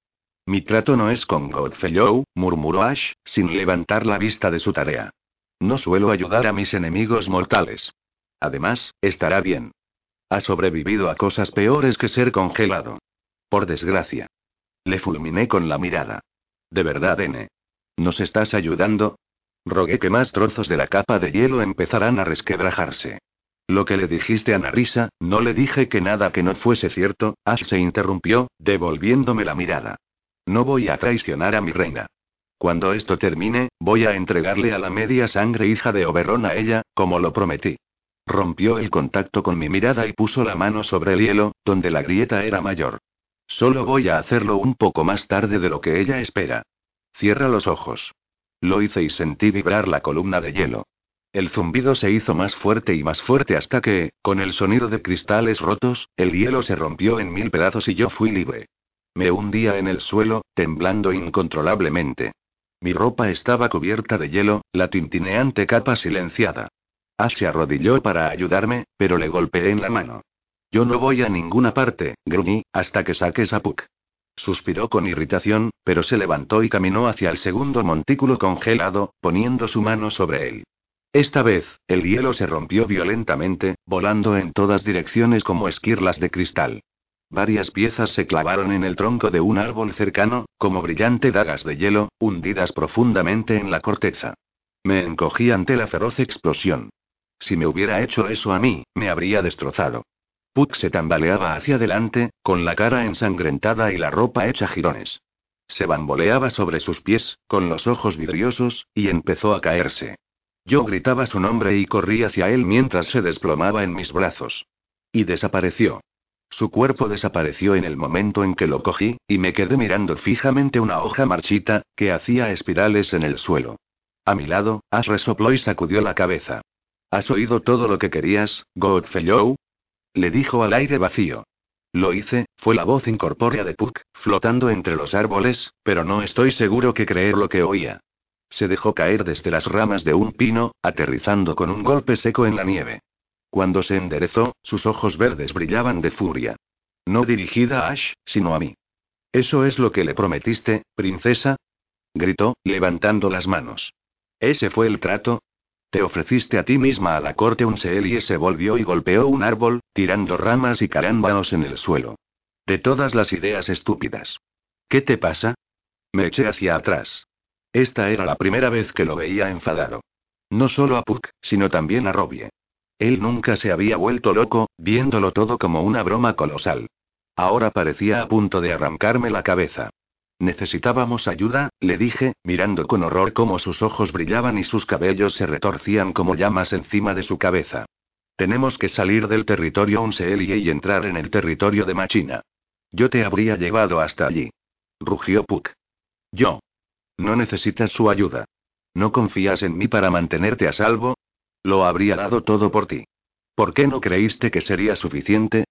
Mi trato no es con Goodfellow, murmuró Ash, sin levantar la vista de su tarea. No suelo ayudar a mis enemigos mortales. Además, estará bien. Ha sobrevivido a cosas peores que ser congelado. Por desgracia. Le fulminé con la mirada. ¿De verdad, N? ¿Nos estás ayudando? Rogué que más trozos de la capa de hielo empezaran a resquebrajarse. Lo que le dijiste a Narisa, no le dije que nada que no fuese cierto, Ash se interrumpió, devolviéndome la mirada. No voy a traicionar a mi reina. Cuando esto termine, voy a entregarle a la media sangre hija de Oberón a ella, como lo prometí. Rompió el contacto con mi mirada y puso la mano sobre el hielo, donde la grieta era mayor. Solo voy a hacerlo un poco más tarde de lo que ella espera. Cierra los ojos. Lo hice y sentí vibrar la columna de hielo. El zumbido se hizo más fuerte y más fuerte hasta que, con el sonido de cristales rotos, el hielo se rompió en mil pedazos y yo fui libre. Me hundía en el suelo, temblando incontrolablemente. Mi ropa estaba cubierta de hielo, la tintineante capa silenciada. Ash se arrodilló para ayudarme, pero le golpeé en la mano. Yo no voy a ninguna parte, gruñí, hasta que saques a Puck. Suspiró con irritación, pero se levantó y caminó hacia el segundo montículo congelado, poniendo su mano sobre él. Esta vez, el hielo se rompió violentamente, volando en todas direcciones como esquirlas de cristal. Varias piezas se clavaron en el tronco de un árbol cercano, como brillantes dagas de hielo, hundidas profundamente en la corteza. Me encogí ante la feroz explosión. Si me hubiera hecho eso a mí, me habría destrozado. Puck se tambaleaba hacia adelante, con la cara ensangrentada y la ropa hecha jirones. Se bamboleaba sobre sus pies, con los ojos vidriosos, y empezó a caerse. Yo gritaba su nombre y corrí hacia él mientras se desplomaba en mis brazos. Y desapareció. Su cuerpo desapareció en el momento en que lo cogí, y me quedé mirando fijamente una hoja marchita, que hacía espirales en el suelo. A mi lado, Ash resopló y sacudió la cabeza. ¿Has oído todo lo que querías, Godfellow? Le dijo al aire vacío. Lo hice, fue la voz incorpórea de Puck, flotando entre los árboles, pero no estoy seguro que creer lo que oía. Se dejó caer desde las ramas de un pino, aterrizando con un golpe seco en la nieve. Cuando se enderezó, sus ojos verdes brillaban de furia. No dirigida a Ash, sino a mí. ¿Eso es lo que le prometiste, princesa? Gritó, levantando las manos. ¿Ese fue el trato? Te ofreciste a ti misma a la corte. Unseelie se volvió y golpeó un árbol, tirando ramas y carámbanos en el suelo. De todas las ideas estúpidas. ¿Qué te pasa? Me eché hacia atrás. Esta era la primera vez que lo veía enfadado. No solo a Puck, sino también a Robbie. Él nunca se había vuelto loco, viéndolo todo como una broma colosal. Ahora parecía a punto de arrancarme la cabeza. Necesitábamos ayuda, le dije, mirando con horror cómo sus ojos brillaban y sus cabellos se retorcían como llamas encima de su cabeza. Tenemos que salir del territorio Unseelie y entrar en el territorio de Machina. Yo te habría llevado hasta allí. Rugió Puck. Yo. No necesitas su ayuda. ¿No confías en mí para mantenerte a salvo? Lo habría dado todo por ti. ¿Por qué no creíste que sería suficiente?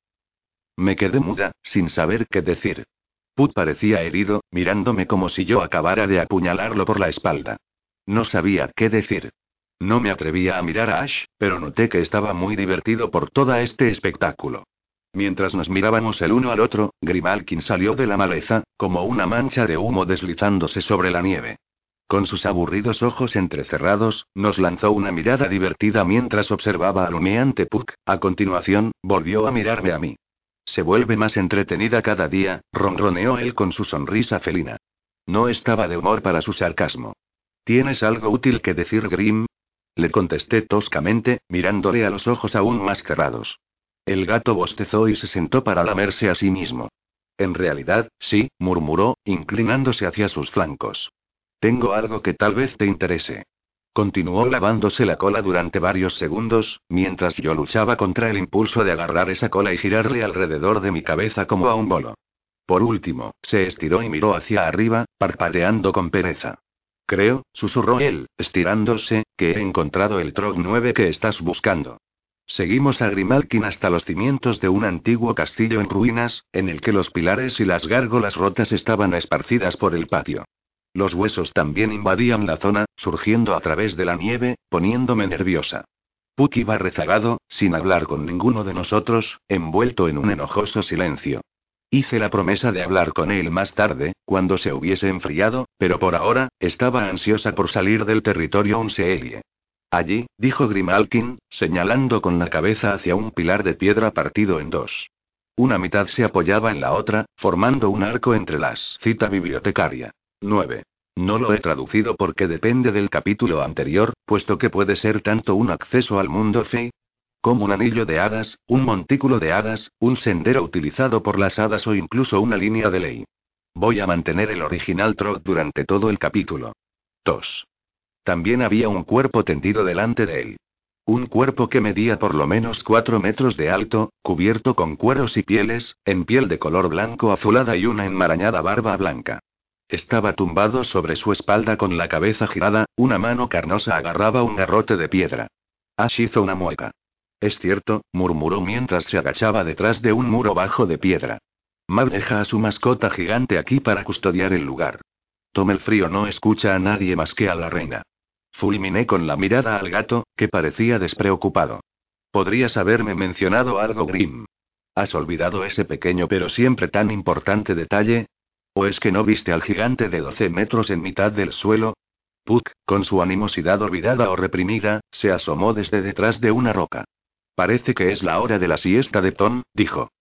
Me quedé muda, sin saber qué decir. Puck parecía herido, mirándome como si yo acabara de apuñalarlo por la espalda. No sabía qué decir. No me atrevía a mirar a Ash, pero noté que estaba muy divertido por todo este espectáculo. Mientras nos mirábamos el uno al otro, Grimalkin salió de la maleza, como una mancha de humo deslizándose sobre la nieve. Con sus aburridos ojos entrecerrados, nos lanzó una mirada divertida mientras observaba al humeante Puck. A continuación, volvió a mirarme a mí. Se vuelve más entretenida cada día, ronroneó él con su sonrisa felina. No estaba de humor para su sarcasmo. ¿Tienes algo útil que decir, Grim? Le contesté toscamente, mirándole a los ojos aún más cerrados. El gato bostezó y se sentó para lamerse a sí mismo. En realidad, sí, murmuró, inclinándose hacia sus flancos. Tengo algo que tal vez te interese. Continuó lavándose la cola durante varios segundos, mientras yo luchaba contra el impulso de agarrar esa cola y girarle alrededor de mi cabeza como a un bolo. Por último, se estiró y miró hacia arriba, parpadeando con pereza. Creo, susurró él, estirándose, que he encontrado el Trog nueve que estás buscando. Seguimos a Grimalkin hasta los cimientos de un antiguo castillo en ruinas, en el que los pilares y las gárgolas rotas estaban esparcidas por el patio. Los huesos también invadían la zona, surgiendo a través de la nieve, poniéndome nerviosa. Puck iba rezagado, sin hablar con ninguno de nosotros, envuelto en un enojoso silencio. Hice la promesa de hablar con él más tarde, cuando se hubiese enfriado, pero por ahora, estaba ansiosa por salir del territorio Unseelie. Allí, dijo Grimalkin, señalando con la cabeza hacia un pilar de piedra partido en dos. Una mitad se apoyaba en la otra, formando un arco entre las. Cita bibliotecaria. nueve. No lo he traducido porque depende del capítulo anterior, puesto que puede ser tanto un acceso al mundo fey, como un anillo de hadas, un montículo de hadas, un sendero utilizado por las hadas o incluso una línea de ley. Voy a mantener el original Trog durante todo el capítulo. dos. También había un cuerpo tendido delante de él. Un cuerpo que medía por lo menos cuatro metros de alto, cubierto con cueros y pieles, en piel de color blanco azulada y una enmarañada barba blanca. Estaba tumbado sobre su espalda con la cabeza girada, una mano carnosa agarraba un garrote de piedra. Ash hizo una mueca. Es cierto, murmuró mientras se agachaba detrás de un muro bajo de piedra. Mal deja a su mascota gigante aquí para custodiar el lugar. Tom el frío no escucha a nadie más que a la reina. Fulminé con la mirada al gato, que parecía despreocupado. Podrías haberme mencionado algo, Grim. ¿Has olvidado ese pequeño pero siempre tan importante detalle? ¿O es que no viste al gigante de doce metros en mitad del suelo? Puck, con su animosidad olvidada o reprimida, se asomó desde detrás de una roca. Parece que es la hora de la siesta de Tom, dijo.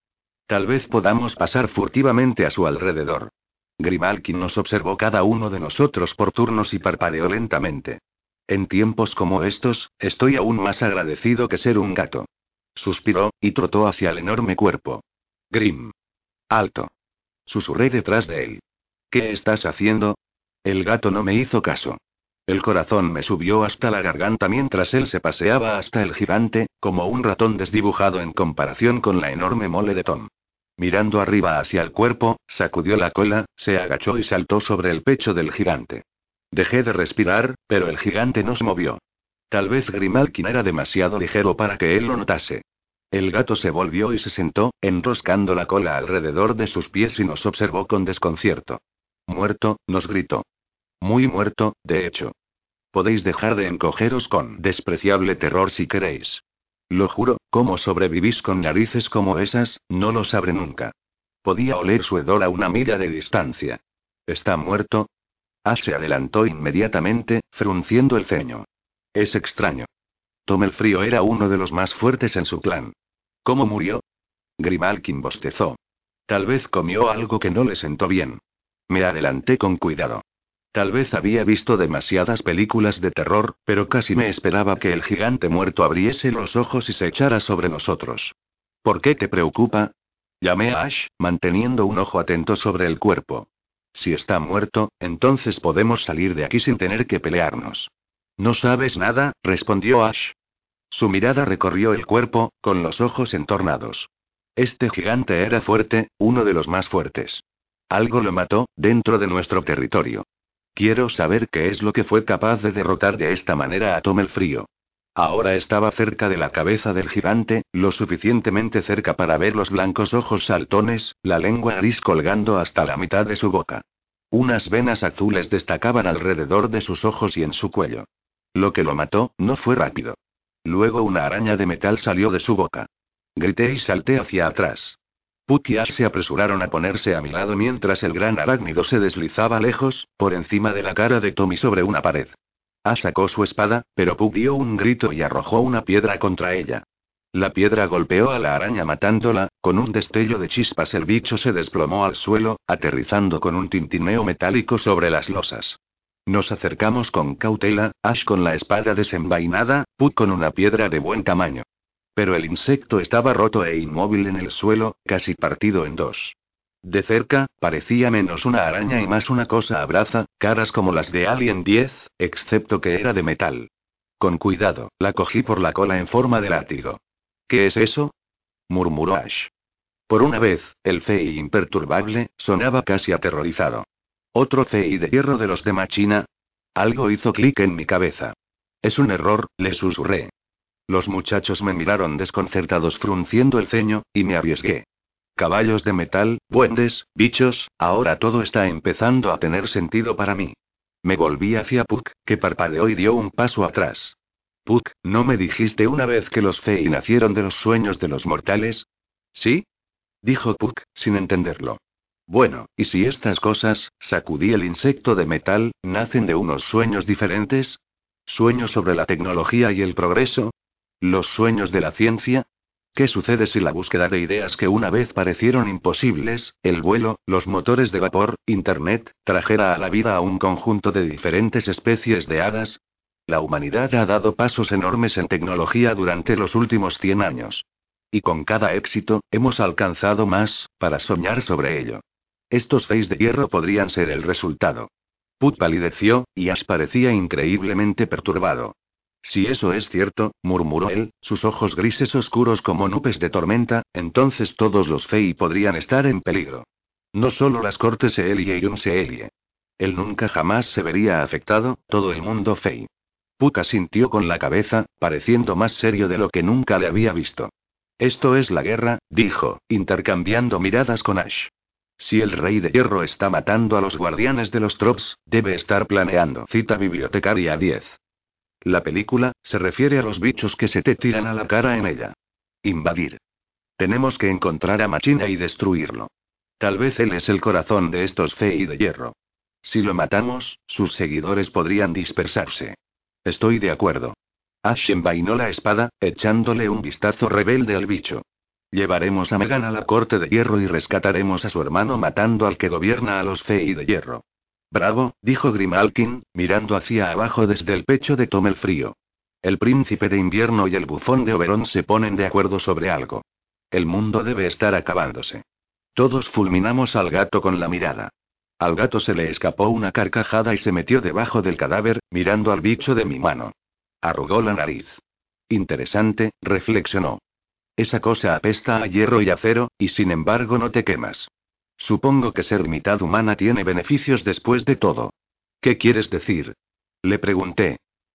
Tal vez podamos pasar furtivamente a su alrededor. Grimalkin nos observó cada uno de nosotros por turnos y parpadeó lentamente. En tiempos como estos, estoy aún más agradecido que ser un gato. Suspiró, y trotó hacia el enorme cuerpo. Grim. Alto. Susurré detrás de él. ¿Qué estás haciendo? El gato no me hizo caso. El corazón me subió hasta la garganta mientras él se paseaba hasta el gigante, como un ratón desdibujado en comparación con la enorme mole de Tom. Mirando arriba hacia el cuerpo, sacudió la cola, se agachó y saltó sobre el pecho del gigante. Dejé de respirar, pero el gigante no se movió. Tal vez Grimalkin era demasiado ligero para que él lo notase. El gato se volvió y se sentó, enroscando la cola alrededor de sus pies y nos observó con desconcierto. Muerto, nos gritó. Muy muerto, de hecho. Podéis dejar de encogeros con despreciable terror si queréis. Lo juro, cómo sobrevivís con narices como esas, no lo sabré nunca. Podía oler su hedor a una milla de distancia. ¿Está muerto? Ash se adelantó inmediatamente, frunciendo el ceño. Es extraño. Tom el Frío era uno de los más fuertes en su clan. ¿Cómo murió? Grimalkin bostezó. Tal vez comió algo que no le sentó bien. Me adelanté con cuidado. Tal vez había visto demasiadas películas de terror, pero casi me esperaba que el gigante muerto abriese los ojos y se echara sobre nosotros. ¿Por qué te preocupa? Llamé a Ash, manteniendo un ojo atento sobre el cuerpo. Si está muerto, entonces podemos salir de aquí sin tener que pelearnos. No sabes nada, respondió Ash. Su mirada recorrió el cuerpo, con los ojos entornados. Este gigante era fuerte, uno de los más fuertes. Algo lo mató, dentro de nuestro territorio. Quiero saber qué es lo que fue capaz de derrotar de esta manera a Tom el Frío. Ahora estaba cerca de la cabeza del gigante, lo suficientemente cerca para ver los blancos ojos saltones, la lengua gris colgando hasta la mitad de su boca. Unas venas azules destacaban alrededor de sus ojos y en su cuello. Lo que lo mató, no fue rápido. Luego una araña de metal salió de su boca. Grité y salté hacia atrás. Puck y Ash se apresuraron a ponerse a mi lado mientras el gran arácnido se deslizaba lejos, por encima de la cara de Tommy sobre una pared. Ash sacó su espada, pero Puck dio un grito y arrojó una piedra contra ella. La piedra golpeó a la araña matándola, con un destello de chispas el bicho se desplomó al suelo, aterrizando con un tintineo metálico sobre las losas. Nos acercamos con cautela, Ash con la espada desenvainada, Puck con una piedra de buen tamaño. Pero el insecto estaba roto e inmóvil en el suelo, casi partido en dos. De cerca, parecía menos una araña y más una cosa abraza, caras como las de Alien diez, excepto que era de metal. Con cuidado, la cogí por la cola en forma de látigo. ¿Qué es eso? Murmuró Ash. Por una vez, el Fei imperturbable, sonaba casi aterrorizado. ¿Otro Fei de hierro de los de Machina? Algo hizo clic en mi cabeza. Es un error, le susurré. Los muchachos me miraron desconcertados frunciendo el ceño, y me arriesgué. Caballos de metal, duendes, bichos, ahora todo está empezando a tener sentido para mí. Me volví hacia Puck, que parpadeó y dio un paso atrás. Puck, ¿no me dijiste una vez que los Fei nacieron de los sueños de los mortales? ¿Sí? Dijo Puck, sin entenderlo. Bueno, ¿y si estas cosas, sacudí el insecto de metal, nacen de unos sueños diferentes? ¿Sueños sobre la tecnología y el progreso? ¿Los sueños de la ciencia? ¿Qué sucede si la búsqueda de ideas que una vez parecieron imposibles, el vuelo, los motores de vapor, Internet, trajera a la vida a un conjunto de diferentes especies de hadas? La humanidad ha dado pasos enormes en tecnología durante los últimos cien años. Y con cada éxito, hemos alcanzado más, para soñar sobre ello. Estos Feis de hierro podrían ser el resultado. Puck palideció, y Ash parecía increíblemente perturbado. Si eso es cierto, murmuró él, sus ojos grises oscuros como nubes de tormenta, entonces todos los Fei podrían estar en peligro. No solo las cortes Elie y Unseelie. Él nunca jamás se vería afectado, todo el mundo Fei. Puck asintió con la cabeza, pareciendo más serio de lo que nunca le había visto. Esto es la guerra, dijo, intercambiando miradas con Ash. Si el Rey de Hierro está matando a los guardianes de los Trops, debe estar planeando. Cita bibliotecaria diez. La película, se refiere a los bichos que se te tiran a la cara en ella. Invadir. Tenemos que encontrar a Machina y destruirlo. Tal vez él es el corazón de estos Fei de hierro. Si lo matamos, sus seguidores podrían dispersarse. Estoy de acuerdo. Ash envainó la espada, echándole un vistazo rebelde al bicho. Llevaremos a Megan a la corte de hierro y rescataremos a su hermano matando al que gobierna a los Fey de hierro. Bravo, dijo Grimalkin, mirando hacia abajo desde el pecho de Tom el Frío. El príncipe de invierno y el bufón de Oberón se ponen de acuerdo sobre algo. El mundo debe estar acabándose. Todos fulminamos al gato con la mirada. Al gato se le escapó una carcajada y se metió debajo del cadáver, mirando al bicho de mi mano. Arrugó la nariz. Interesante, reflexionó. Esa cosa apesta a hierro y acero, y sin embargo no te quemas. Supongo que ser mitad humana tiene beneficios después de todo. ¿Qué quieres decir? Le pregunté.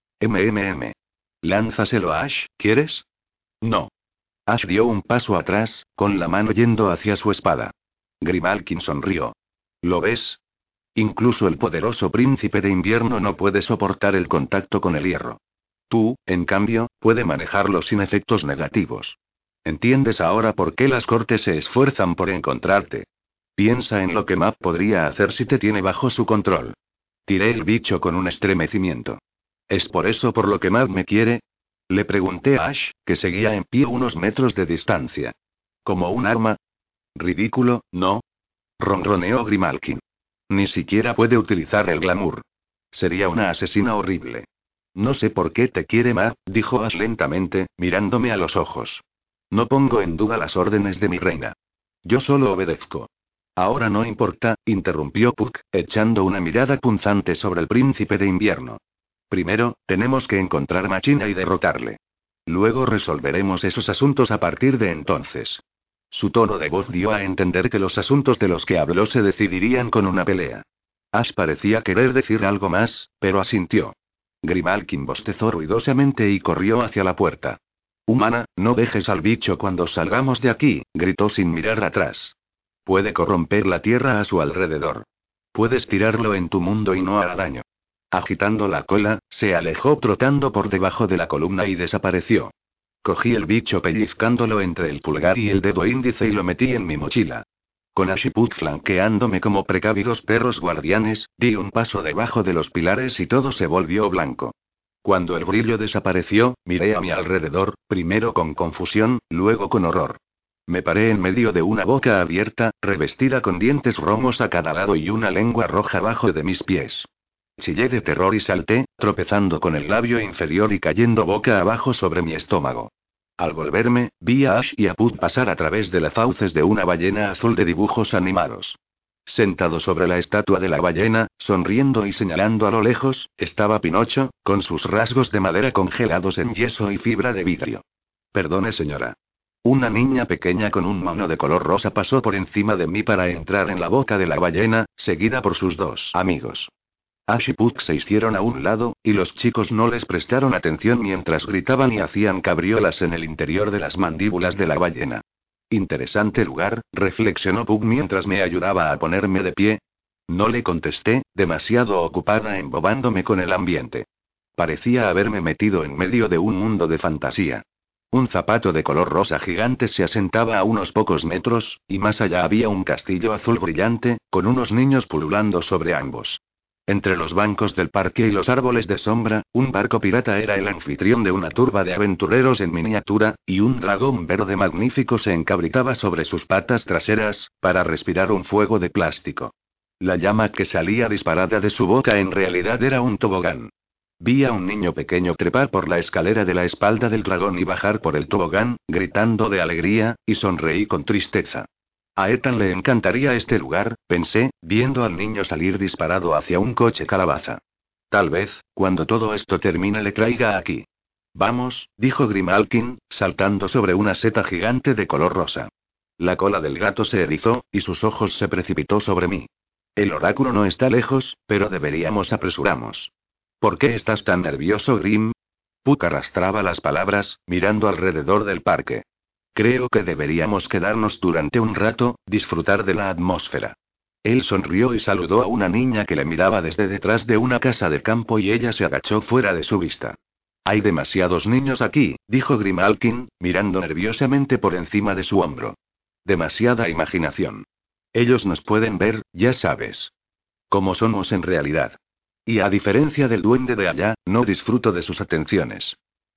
MMM. Lánzaselo a Ash, ¿quieres? No. Ash dio un paso atrás, con la mano yendo hacia su espada. Grimalkin sonrió. ¿Lo ves? Incluso el poderoso príncipe de invierno no puede soportar el contacto con el hierro. Tú, en cambio, puede manejarlo sin efectos negativos. ¿Entiendes ahora por qué las cortes se esfuerzan por encontrarte? Piensa en lo que Map podría hacer si te tiene bajo su control. Tiré el bicho con un estremecimiento. ¿Es por eso por lo que Map me quiere? Le pregunté a Ash, que seguía en pie unos metros de distancia. ¿Como un arma? Ridículo, ¿no? Ronroneó Grimalkin. Ni siquiera puede utilizar el glamour. Sería una asesina horrible. No sé por qué te quiere Map, dijo Ash lentamente, mirándome a los ojos. No pongo en duda las órdenes de mi reina. Yo solo obedezco. Ahora no importa, interrumpió Puck, echando una mirada punzante sobre el príncipe de invierno. Primero, tenemos que encontrar Machina y derrotarle. Luego resolveremos esos asuntos a partir de entonces. Su tono de voz dio a entender que los asuntos de los que habló se decidirían con una pelea. Ash parecía querer decir algo más, pero asintió. Grimalkin bostezó ruidosamente y corrió hacia la puerta. Humana, no dejes al bicho cuando salgamos de aquí, gritó sin mirar atrás. Puede corromper la tierra a su alrededor. Puedes tirarlo en tu mundo y no hará daño. Agitando la cola, se alejó trotando por debajo de la columna y desapareció. Cogí el bicho pellizcándolo entre el pulgar y el dedo índice y lo metí en mi mochila. Con Ash y Puck flanqueándome como precavidos perros guardianes, di un paso debajo de los pilares y todo se volvió blanco. Cuando el brillo desapareció, miré a mi alrededor, primero con confusión, luego con horror. Me paré en medio de una boca abierta, revestida con dientes romos a cada lado y una lengua roja abajo de mis pies. Chillé de terror y salté, tropezando con el labio inferior y cayendo boca abajo sobre mi estómago. Al volverme, vi a Ash y a Puck pasar a través de las fauces de una ballena azul de dibujos animados. Sentado sobre la estatua de la ballena, sonriendo y señalando a lo lejos, estaba Pinocho, con sus rasgos de madera congelados en yeso y fibra de vidrio. Perdone, señora. Una niña pequeña con un mono de color rosa pasó por encima de mí para entrar en la boca de la ballena, seguida por sus dos amigos. Ash y Puck se hicieron a un lado, y los chicos no les prestaron atención mientras gritaban y hacían cabriolas en el interior de las mandíbulas de la ballena. Interesante lugar, reflexionó Puck mientras me ayudaba a ponerme de pie. No le contesté, demasiado ocupada embobándome con el ambiente. Parecía haberme metido en medio de un mundo de fantasía. Un zapato de color rosa gigante se asentaba a unos pocos metros, y más allá había un castillo azul brillante, con unos niños pululando sobre ambos. Entre los bancos del parque y los árboles de sombra, un barco pirata era el anfitrión de una turba de aventureros en miniatura, y un dragón verde magnífico se encabritaba sobre sus patas traseras, para respirar un fuego de plástico. La llama que salía disparada de su boca en realidad era un tobogán. Vi a un niño pequeño trepar por la escalera de la espalda del dragón y bajar por el tobogán, gritando de alegría, y sonreí con tristeza. A Ethan le encantaría este lugar, pensé, viendo al niño salir disparado hacia un coche calabaza. Tal vez, cuando todo esto termine, le traiga aquí. Vamos, dijo Grimalkin, saltando sobre una seta gigante de color rosa. La cola del gato se erizó, y sus ojos se precipitó sobre mí. El oráculo no está lejos, pero deberíamos apresurarnos. ¿Por qué estás tan nervioso, Grim? Puck arrastraba las palabras, mirando alrededor del parque. Creo que deberíamos quedarnos durante un rato, disfrutar de la atmósfera. Él sonrió y saludó a una niña que le miraba desde detrás de una casa de campo y ella se agachó fuera de su vista. Hay demasiados niños aquí, dijo Grimalkin, mirando nerviosamente por encima de su hombro. Demasiada imaginación. Ellos nos pueden ver, ya sabes. Como somos en realidad. Y a diferencia del duende de allá, no disfruto de sus atenciones.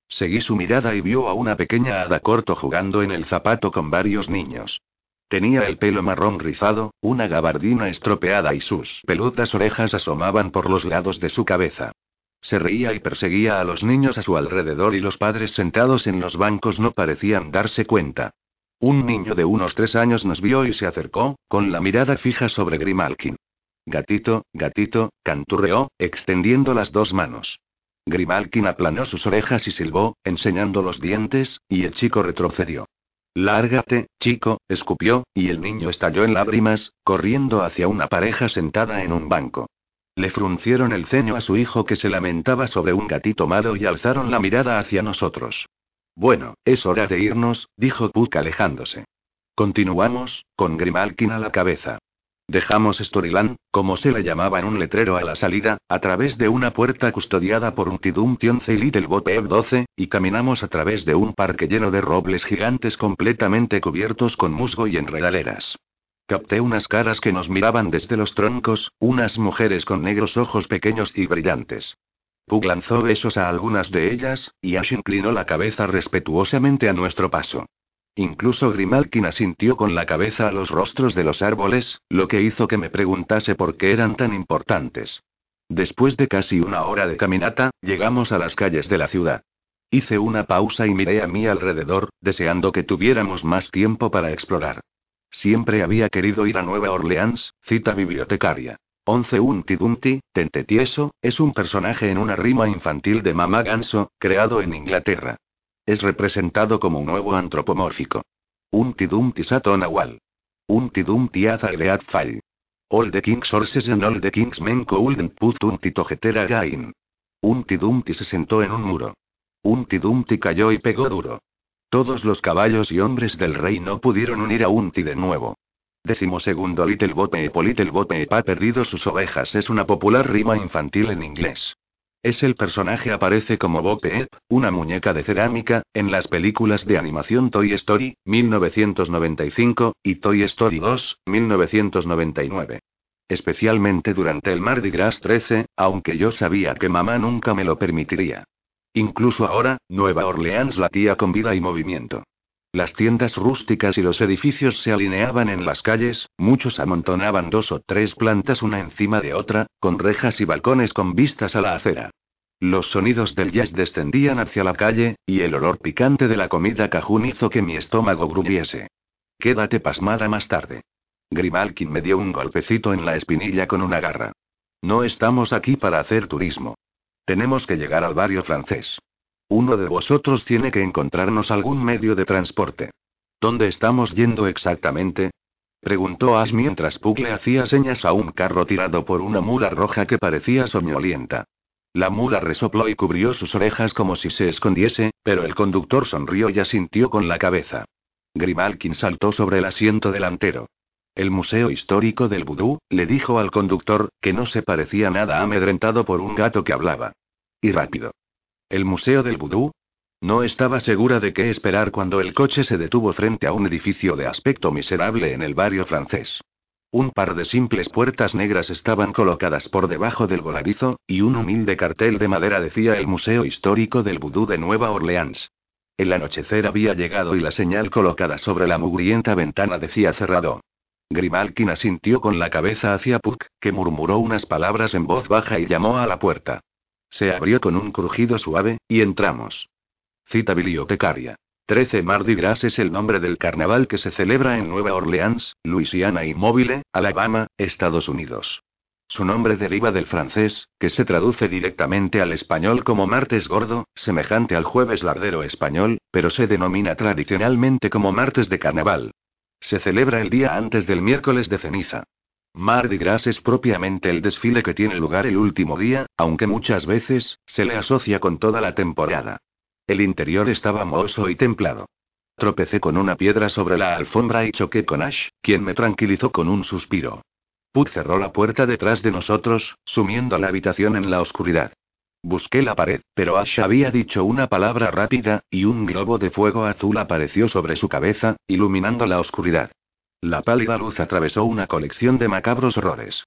Seguí su mirada y vio a una pequeña hada corto jugando en el zapato con varios niños. Tenía el pelo marrón rizado, una gabardina estropeada y sus peludas orejas asomaban por los lados de su cabeza. Se reía y perseguía a los niños a su alrededor y los padres sentados en los bancos no parecían darse cuenta. Un niño de unos tres años nos vio y se acercó, con la mirada fija sobre Grimalkin. Gatito, gatito, canturreó, extendiendo las dos manos. Grimalkin aplanó sus orejas y silbó, enseñando los dientes, y el chico retrocedió. Lárgate, chico, escupió, y el niño estalló en lágrimas, corriendo hacia una pareja sentada en un banco. Le fruncieron el ceño a su hijo que se lamentaba sobre un gatito malo y alzaron la mirada hacia nosotros. Bueno, es hora de irnos, dijo Puck alejándose. Continuamos, con Grimalkin a la cabeza. Dejamos Storyland, como se le llamaba en un letrero a la salida, a través de una puerta custodiada por un Tidumpty once y Little Bo Peep doce, y caminamos a través de un parque lleno de robles gigantes completamente cubiertos con musgo y enredaderas. Capté unas caras que nos miraban desde los troncos, unas mujeres con negros ojos pequeños y brillantes. Puck lanzó besos a algunas de ellas, y Ash inclinó la cabeza respetuosamente a nuestro paso. Incluso Grimalkin asintió con la cabeza a los rostros de los árboles, lo que hizo que me preguntase por qué eran tan importantes. Después de casi una hora de caminata, llegamos a las calles de la ciudad. Hice una pausa y miré a mi alrededor, deseando que tuviéramos más tiempo para explorar. Siempre había querido ir a Nueva Orleans, cita bibliotecaria. once Humpty Dumpty, Tentetieso, es un personaje en una rima infantil de Mamá Ganso, creado en Inglaterra. Es representado como un nuevo antropomórfico. Humpty Dumpty sat on a wall. Humpty Dumpty had a great fall. All the king's horses and all the king's men couldn't put Humpty together again. Humpty Dumpty se sentó en un muro. Humpty Dumpty cayó y pegó duro. Todos los caballos y hombres del rey no pudieron unir a Humpty de nuevo. Decimosegundo Little Bo Peep o Little Bo Peep ha perdido sus ovejas es una popular rima infantil en inglés. Es el personaje aparece como Bo Peep, una muñeca de cerámica, en las películas de animación Toy Story, mil novecientos noventa y cinco, y Toy Story dos, mil novecientos noventa y nueve. Especialmente durante el Mardi Gras trece, aunque yo sabía que mamá nunca me lo permitiría. Incluso ahora, Nueva Orleans latía con vida y movimiento. Las tiendas rústicas y los edificios se alineaban en las calles, muchos amontonaban dos o tres plantas una encima de otra, con rejas y balcones con vistas a la acera. Los sonidos del jazz descendían hacia la calle, y el olor picante de la comida cajún hizo que mi estómago gruñese. Quédate pasmada más tarde. Grimalkin me dio un golpecito en la espinilla con una garra. No estamos aquí para hacer turismo. Tenemos que llegar al barrio francés. Uno de vosotros tiene que encontrarnos algún medio de transporte. ¿Dónde estamos yendo exactamente? Preguntó Ash mientras Puck le hacía señas a un carro tirado por una mula roja que parecía soñolienta. La mula resopló y cubrió sus orejas como si se escondiese, pero el conductor sonrió y asintió con la cabeza. Grimalkin saltó sobre el asiento delantero. El Museo Histórico del Vudú, le dijo al conductor, que no se parecía nada amedrentado por un gato que hablaba. Y rápido. ¿El Museo del Vudú? No estaba segura de qué esperar cuando el coche se detuvo frente a un edificio de aspecto miserable en el barrio francés. Un par de simples puertas negras estaban colocadas por debajo del voladizo, y un humilde cartel de madera decía el Museo Histórico del Vudú de Nueva Orleans. El anochecer había llegado y la señal colocada sobre la mugrienta ventana decía cerrado. Grimalkin asintió con la cabeza hacia Puck, que murmuró unas palabras en voz baja y llamó a la puerta. Se abrió con un crujido suave, y entramos. Cita bibliotecaria. trece Mardi Gras es el nombre del carnaval que se celebra en Nueva Orleans, Luisiana y Mobile, Alabama, Estados Unidos. Su nombre deriva del francés, que se traduce directamente al español como martes gordo, semejante al jueves lardero español, pero se denomina tradicionalmente como martes de carnaval. Se celebra el día antes del miércoles de ceniza. Mardi Gras es propiamente el desfile que tiene lugar el último día, aunque muchas veces, se le asocia con toda la temporada. El interior estaba mohoso y templado. Tropecé con una piedra sobre la alfombra y choqué con Ash, quien me tranquilizó con un suspiro. Puck cerró la puerta detrás de nosotros, sumiendo la habitación en la oscuridad. Busqué la pared, pero Ash había dicho una palabra rápida, y un globo de fuego azul apareció sobre su cabeza, iluminando la oscuridad. La pálida luz atravesó una colección de macabros horrores.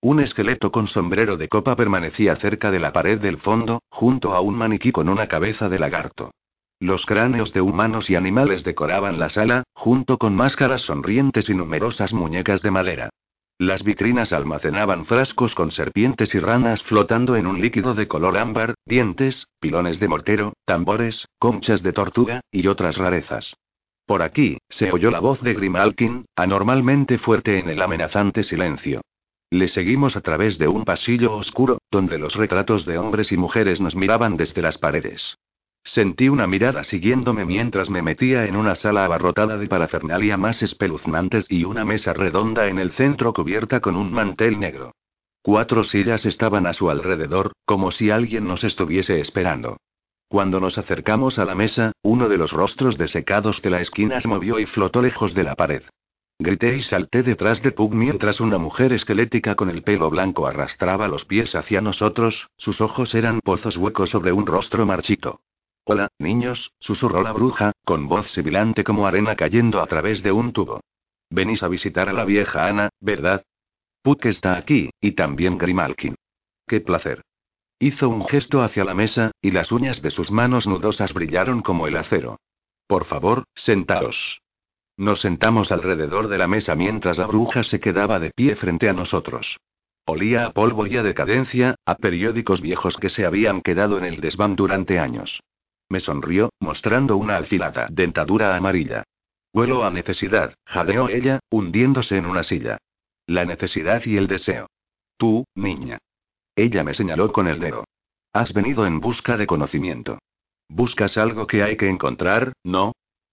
Un esqueleto con sombrero de copa permanecía cerca de la pared del fondo, junto a un maniquí con una cabeza de lagarto. Los cráneos de humanos y animales decoraban la sala, junto con máscaras sonrientes y numerosas muñecas de madera. Las vitrinas almacenaban frascos con serpientes y ranas flotando en un líquido de color ámbar, dientes, pilones de mortero, tambores, conchas de tortuga, y otras rarezas. Por aquí, se oyó la voz de Grimalkin, anormalmente fuerte en el amenazante silencio. Le seguimos a través de un pasillo oscuro, donde los retratos de hombres y mujeres nos miraban desde las paredes. Sentí una mirada siguiéndome mientras me metía en una sala abarrotada de parafernalia más espeluznantes y una mesa redonda en el centro cubierta con un mantel negro. Cuatro sillas estaban a su alrededor, como si alguien nos estuviese esperando. Cuando nos acercamos a la mesa, uno de los rostros desecados de la esquina se movió y flotó lejos de la pared. Grité y salté detrás de Pug mientras una mujer esquelética con el pelo blanco arrastraba los pies hacia nosotros, sus ojos eran pozos huecos sobre un rostro marchito. Hola, niños, susurró la bruja, con voz sibilante como arena cayendo a través de un tubo. Venís a visitar a la vieja Ana, ¿verdad? Puck está aquí, y también Grimalkin. ¡Qué placer! Hizo un gesto hacia la mesa, y las uñas de sus manos nudosas brillaron como el acero. Por favor, sentaos. Nos sentamos alrededor de la mesa mientras la bruja se quedaba de pie frente a nosotros. Olía a polvo y a decadencia, a periódicos viejos que se habían quedado en el desván durante años. Me sonrió, mostrando una afilada dentadura amarilla. Huelo a necesidad, jadeó ella, hundiéndose en una silla. La necesidad y el deseo. Tú, niña. Ella me señaló con el dedo. Has venido en busca de conocimiento. Buscas algo que hay que encontrar, ¿no?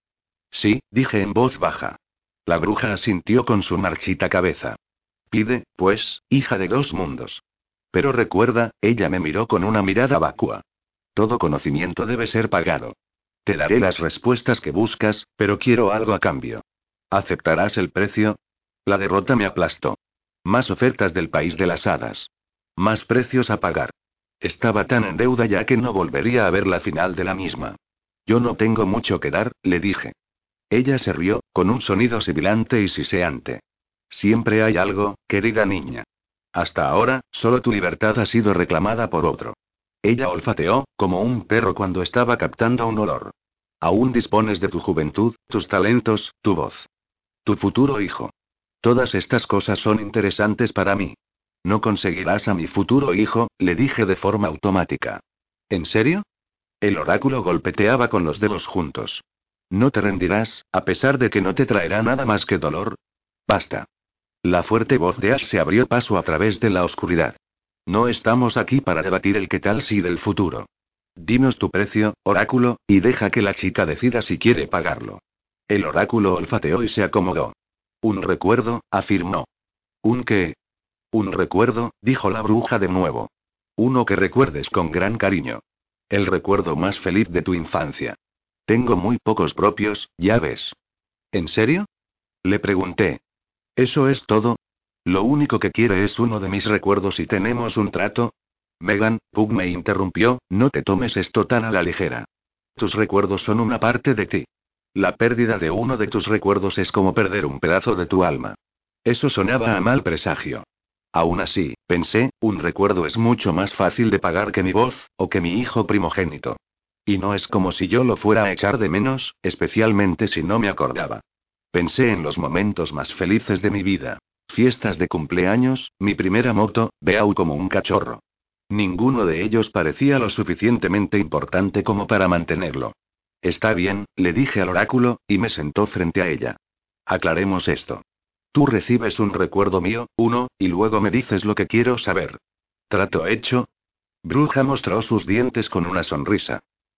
Sí, dije en voz baja. La bruja asintió con su marchita cabeza. Pide, pues, hija de dos mundos. Pero recuerda, ella me miró con una mirada vacua. Todo conocimiento debe ser pagado. Te daré las respuestas que buscas, pero quiero algo a cambio. ¿Aceptarás el precio? La derrota me aplastó. Más ofertas del país de las hadas. Más precios a pagar. Estaba tan en deuda ya que no volvería a ver la final de la misma. Yo no tengo mucho que dar, le dije. Ella se rió, con un sonido sibilante y siseante. Siempre hay algo, querida niña. Hasta ahora, solo tu libertad ha sido reclamada por otro. Ella olfateó, como un perro cuando estaba captando un olor. Aún dispones de tu juventud, tus talentos, tu voz. Tu futuro hijo. Todas estas cosas son interesantes para mí. No conseguirás a mi futuro hijo, le dije de forma automática. ¿En serio? El oráculo golpeteaba con los dedos juntos. ¿No te rendirás, a pesar de que no te traerá nada más que dolor? Basta. La fuerte voz de Ash se abrió paso a través de la oscuridad. No estamos aquí para debatir el qué tal si del futuro. Dinos tu precio, oráculo, y deja que la chica decida si quiere pagarlo. El oráculo olfateó y se acomodó. Un recuerdo, afirmó. ¿Un qué? Un recuerdo, dijo la bruja de nuevo. Uno que recuerdes con gran cariño. El recuerdo más feliz de tu infancia. Tengo muy pocos propios, ya ves. ¿En serio? Le pregunté. ¿Eso es todo? Lo único que quiere es uno de mis recuerdos y tenemos un trato. Megan, Pug me interrumpió, no te tomes esto tan a la ligera. Tus recuerdos son una parte de ti. La pérdida de uno de tus recuerdos es como perder un pedazo de tu alma. Eso sonaba a mal presagio. Aún así, pensé, un recuerdo es mucho más fácil de pagar que mi voz, o que mi hijo primogénito. Y no es como si yo lo fuera a echar de menos, especialmente si no me acordaba. Pensé en los momentos más felices de mi vida. Fiestas de cumpleaños, mi primera moto, Beau como un cachorro. Ninguno de ellos parecía lo suficientemente importante como para mantenerlo. Está bien, le dije al oráculo, y me sentó frente a ella. Aclaremos esto. Tú recibes un recuerdo mío, uno, y luego me dices lo que quiero saber. ¿Trato hecho? Bruja mostró sus dientes con una sonrisa.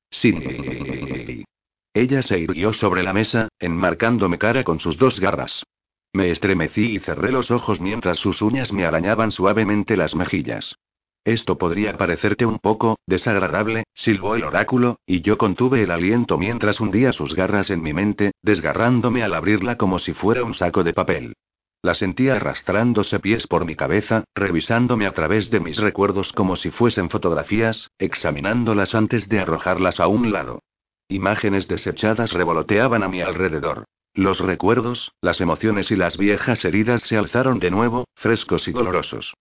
Sí. Ella se irguió sobre la mesa, enmarcando mi cara con sus dos garras. Me estremecí y cerré los ojos mientras sus uñas me arañaban suavemente las mejillas. Esto podría parecerte un poco desagradable, silbó el oráculo, y yo contuve el aliento mientras hundía sus garras en mi mente, desgarrándome al abrirla como si fuera un saco de papel. La sentía arrastrándose pies por mi cabeza, revisándome a través de mis recuerdos como si fuesen fotografías, examinándolas antes de arrojarlas a un lado. Imágenes desechadas revoloteaban a mi alrededor. Los recuerdos, las emociones y las viejas heridas se alzaron de nuevo, frescos y dolorosos.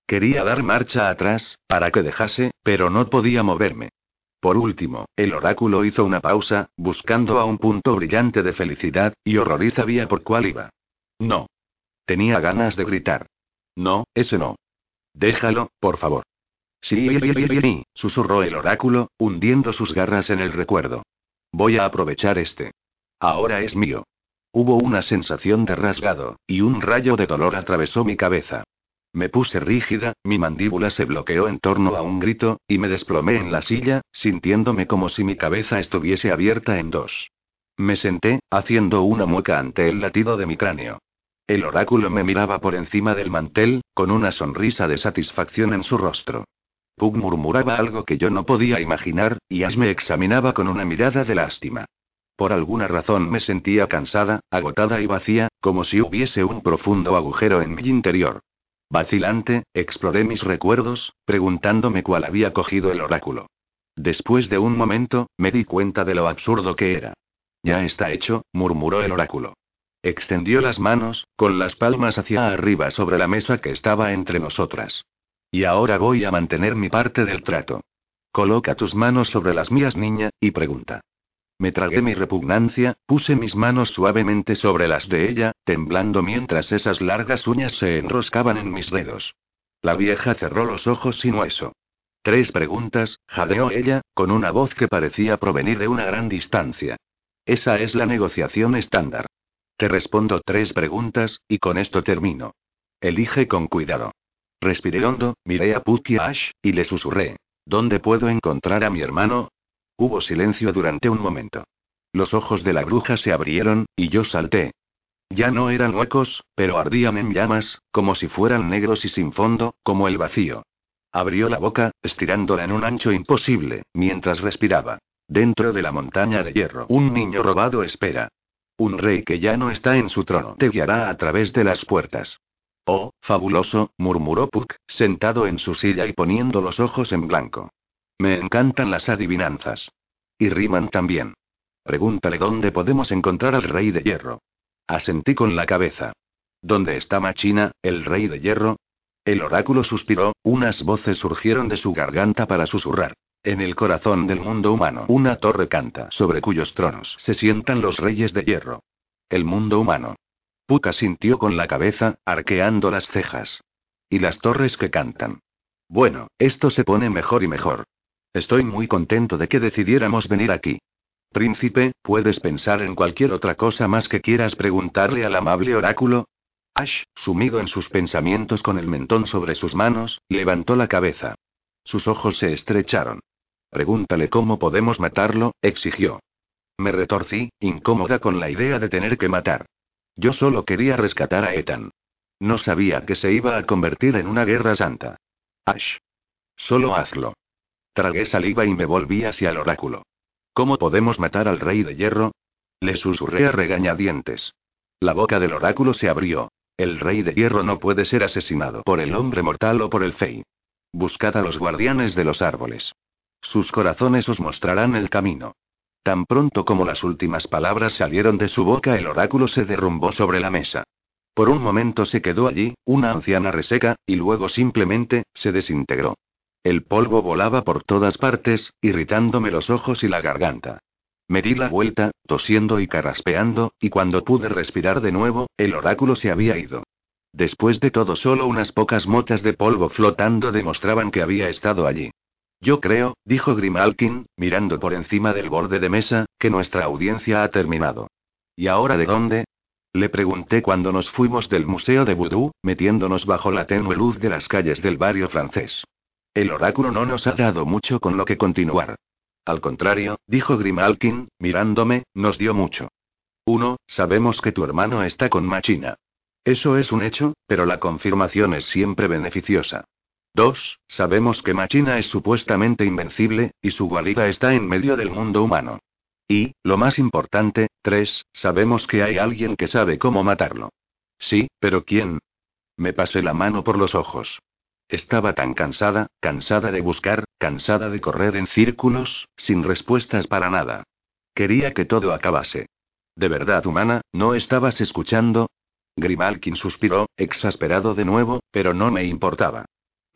Quería dar marcha atrás, para que dejase, pero no podía moverme. Por último, el oráculo hizo una pausa, buscando a un punto brillante de felicidad, y Horroriz sabía por cuál iba. No. Tenía ganas de gritar. No, ese no. Déjalo, por favor. Sí, susurró el oráculo, hundiendo sus garras en el recuerdo. Voy a aprovechar este. Ahora es mío. Hubo una sensación de rasgado, y un rayo de dolor atravesó mi cabeza. Me puse rígida, mi mandíbula se bloqueó en torno a un grito, y me desplomé en la silla, sintiéndome como si mi cabeza estuviese abierta en dos. Me senté, haciendo una mueca ante el latido de mi cráneo. El oráculo me miraba por encima del mantel, con una sonrisa de satisfacción en su rostro. Pug murmuraba algo que yo no podía imaginar, y Ash me examinaba con una mirada de lástima. Por alguna razón me sentía cansada, agotada y vacía, como si hubiese un profundo agujero en mi interior. Vacilante, exploré mis recuerdos, preguntándome cuál había cogido el oráculo. Después de un momento, me di cuenta de lo absurdo que era. Ya está hecho, murmuró el oráculo. Extendió las manos, con las palmas hacia arriba sobre la mesa que estaba entre nosotras. Y ahora voy a mantener mi parte del trato. Coloca tus manos sobre las mías, niña, y pregunta. Me tragué mi repugnancia, puse mis manos suavemente sobre las de ella, temblando mientras esas largas uñas se enroscaban en mis dedos. La vieja cerró los ojos sin hueso. Tres preguntas, jadeó ella, con una voz que parecía provenir de una gran distancia. Esa es la negociación estándar. Te respondo tres preguntas, y con esto termino. Elige con cuidado. Respiré hondo, miré a Puck y a Ash, y le susurré. ¿Dónde puedo encontrar a mi hermano? Hubo silencio durante un momento. Los ojos de la bruja se abrieron, y yo salté. Ya no eran huecos, pero ardían en llamas, como si fueran negros y sin fondo, como el vacío. Abrió la boca, estirándola en un ancho imposible, mientras respiraba. Dentro de la montaña de hierro, un niño robado espera. Un rey que ya no está en su trono te guiará a través de las puertas. Oh, fabuloso, murmuró Puck, sentado en su silla y poniendo los ojos en blanco. Me encantan las adivinanzas. Y riman también. Pregúntale dónde podemos encontrar al rey de hierro. Asentí con la cabeza. ¿Dónde está Machina, el rey de hierro? El oráculo suspiró, unas voces surgieron de su garganta para susurrar. En el corazón del mundo humano, una torre canta, sobre cuyos tronos se sientan los reyes de hierro. El mundo humano. Puck asintió con la cabeza, arqueando las cejas. ¿Y las torres que cantan? Bueno, esto se pone mejor y mejor. Estoy muy contento de que decidiéramos venir aquí. Príncipe, ¿puedes pensar en cualquier otra cosa más que quieras preguntarle al amable oráculo? Ash, sumido en sus pensamientos con el mentón sobre sus manos, levantó la cabeza. Sus ojos se estrecharon. Pregúntale cómo podemos matarlo, exigió. Me retorcí, incómoda con la idea de tener que matar. Yo solo quería rescatar a Ethan. No sabía que se iba a convertir en una guerra santa. Ash. Solo hazlo. Tragué saliva y me volví hacia el oráculo. ¿Cómo podemos matar al rey de hierro? Le susurré a regañadientes. La boca del oráculo se abrió. El rey de hierro no puede ser asesinado por el hombre mortal o por el fey. Buscad a los guardianes de los árboles. Sus corazones os mostrarán el camino. Tan pronto como las últimas palabras salieron de su boca, el oráculo se derrumbó sobre la mesa. Por un momento se quedó allí, una anciana reseca, y luego simplemente, se desintegró. El polvo volaba por todas partes, irritándome los ojos y la garganta. Me di la vuelta, tosiendo y carraspeando, y cuando pude respirar de nuevo, el oráculo se había ido. Después de todo, solo unas pocas motas de polvo flotando demostraban que había estado allí. Yo creo, dijo Grimalkin, mirando por encima del borde de mesa, que nuestra audiencia ha terminado. ¿Y ahora de dónde? Le pregunté cuando nos fuimos del Museo de Vudú, metiéndonos bajo la tenue luz de las calles del barrio francés. El oráculo no nos ha dado mucho con lo que continuar. Al contrario, dijo Grimalkin, mirándome, nos dio mucho. Uno, sabemos que tu hermano está con Machina. Eso es un hecho, pero la confirmación es siempre beneficiosa. Dos, sabemos que Machina es supuestamente invencible, y su guarida está en medio del mundo humano. Y, lo más importante, tres, sabemos que hay alguien que sabe cómo matarlo. Sí, pero ¿quién? Me pasé la mano por los ojos. Estaba tan cansada, cansada de buscar, cansada de correr en círculos, sin respuestas para nada. Quería que todo acabase. ¿De verdad, humana, no estabas escuchando? Grimalkin suspiró, exasperado de nuevo, pero no me importaba.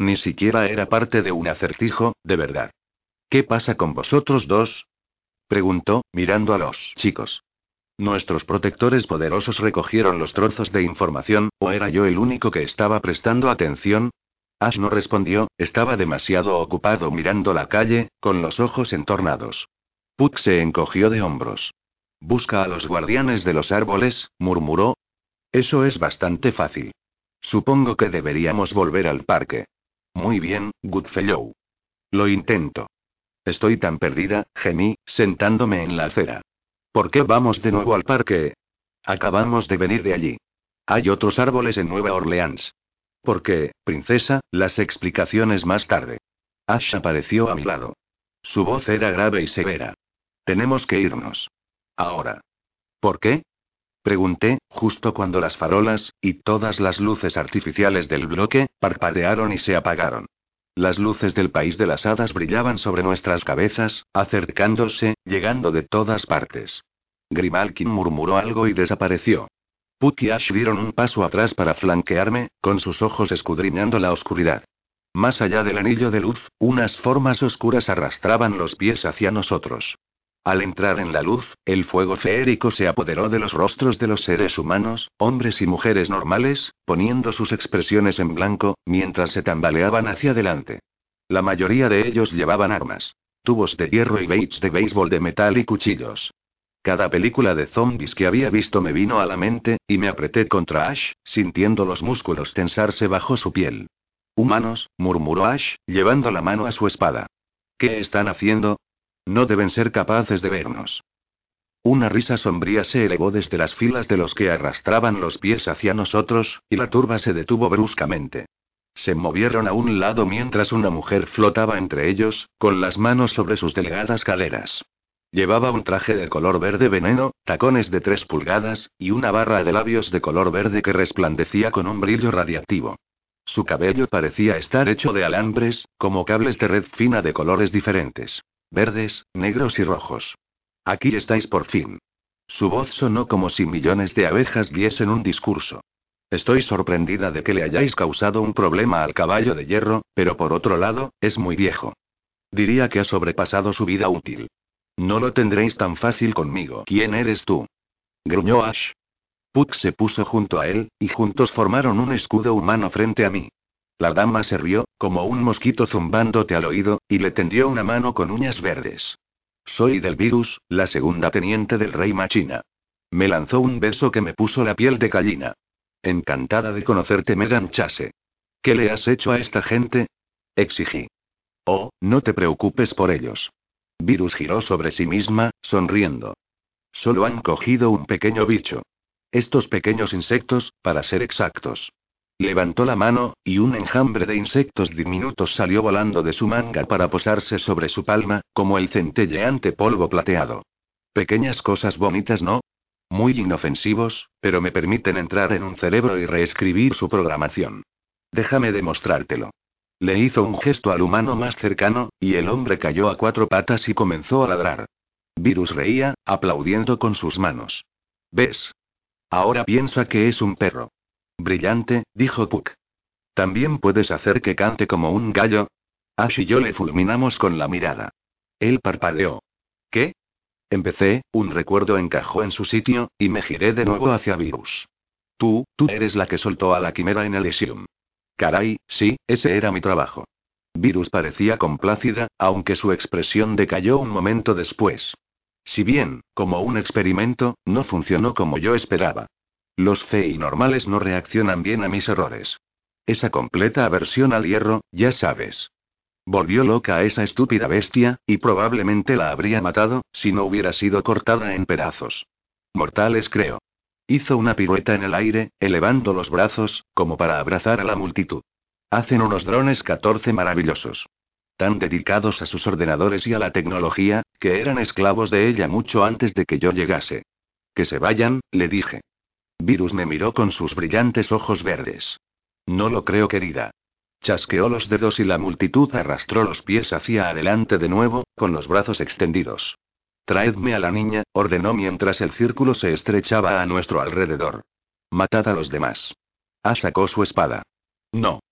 Ni siquiera era parte de un acertijo, de verdad. ¿Qué pasa con vosotros dos? Preguntó, mirando a los chicos. ¿Nuestros protectores poderosos recogieron los trozos de información, o era yo el único que estaba prestando atención? Ash no respondió, estaba demasiado ocupado mirando la calle, con los ojos entornados. Puck se encogió de hombros. Busca a los guardianes de los árboles, murmuró. Eso es bastante fácil. Supongo que deberíamos volver al parque. Muy bien, Goodfellow. Lo intento. Estoy tan perdida, gemí, sentándome en la acera. ¿Por qué vamos de nuevo al parque? Acabamos de venir de allí. Hay otros árboles en Nueva Orleans. ¿Por qué, princesa? Las explicaciones más tarde. Ash apareció a mi lado. Su voz era grave y severa. Tenemos que irnos. Ahora. ¿Por qué? Pregunté, justo cuando las farolas, y todas las luces artificiales del bloque, parpadearon y se apagaron. Las luces del país de las hadas brillaban sobre nuestras cabezas, acercándose, llegando de todas partes. Grimalkin murmuró algo y desapareció. Puck y Ash dieron un paso atrás para flanquearme, con sus ojos escudriñando la oscuridad. Más allá del anillo de luz, unas formas oscuras arrastraban los pies hacia nosotros. Al entrar en la luz, el fuego feérico se apoderó de los rostros de los seres humanos, hombres y mujeres normales, poniendo sus expresiones en blanco, mientras se tambaleaban hacia adelante. La mayoría de ellos llevaban armas. Tubos de hierro y baits de béisbol de metal y cuchillos. Cada película de zombies que había visto me vino a la mente, y me apreté contra Ash, sintiendo los músculos tensarse bajo su piel. Humanos, murmuró Ash, llevando la mano a su espada. ¿Qué están haciendo? No deben ser capaces de vernos. Una risa sombría se elevó desde las filas de los que arrastraban los pies hacia nosotros, y la turba se detuvo bruscamente. Se movieron a un lado mientras una mujer flotaba entre ellos, con las manos sobre sus delgadas caderas. Llevaba un traje de color verde veneno, tacones de tres pulgadas, y una barra de labios de color verde que resplandecía con un brillo radiactivo. Su cabello parecía estar hecho de alambres, como cables de red fina de colores diferentes. Verdes, negros y rojos. Aquí estáis por fin. Su voz sonó como si millones de abejas diesen un discurso. Estoy sorprendida de que le hayáis causado un problema al caballo de hierro, pero por otro lado, es muy viejo. Diría que ha sobrepasado su vida útil. No lo tendréis tan fácil conmigo. ¿Quién eres tú? Gruñó Ash. Puck se puso junto a él, y juntos formaron un escudo humano frente a mí. La dama se rió, como un mosquito zumbándote al oído, y le tendió una mano con uñas verdes. Soy del virus, la segunda teniente del rey Machina. Me lanzó un beso que me puso la piel de gallina. Encantada de conocerte, Megan Chase. ¿Qué le has hecho a esta gente? Exigí. Oh, no te preocupes por ellos. Virus giró sobre sí misma, sonriendo. Solo han cogido un pequeño bicho. Estos pequeños insectos, para ser exactos. Levantó la mano, y un enjambre de insectos diminutos salió volando de su manga para posarse sobre su palma, como el centelleante polvo plateado. Pequeñas cosas bonitas, ¿no? Muy inofensivos, pero me permiten entrar en un cerebro y reescribir su programación. Déjame demostrártelo. Le hizo un gesto al humano más cercano, y el hombre cayó a cuatro patas y comenzó a ladrar. Virus reía, aplaudiendo con sus manos. ¿Ves? Ahora piensa que es un perro. Brillante, dijo Puck. ¿También puedes hacer que cante como un gallo? Ash y yo le fulminamos con la mirada. Él parpadeó. ¿Qué? Empecé, un recuerdo encajó en su sitio, y me giré de nuevo hacia Virus. Tú, tú eres la que soltó a la quimera en Elysium. Caray, sí, ese era mi trabajo. Virus parecía complácida, aunque su expresión decayó un momento después. Si bien, como un experimento, no funcionó como yo esperaba. Los Fey normales no reaccionan bien a mis errores. Esa completa aversión al hierro, ya sabes. Volvió loca a esa estúpida bestia, y probablemente la habría matado, si no hubiera sido cortada en pedazos. Mortales, creo. Hizo una pirueta en el aire, elevando los brazos, como para abrazar a la multitud. Hacen unos drones catorce maravillosos. Tan dedicados a sus ordenadores y a la tecnología, que eran esclavos de ella mucho antes de que yo llegase. Que se vayan, le dije. Virus me miró con sus brillantes ojos verdes. No lo creo, querida. Chasqueó los dedos y la multitud arrastró los pies hacia adelante de nuevo, con los brazos extendidos. Traedme a la niña, ordenó mientras el círculo se estrechaba a nuestro alrededor. Matad a los demás. Ah, sacó su espada. No.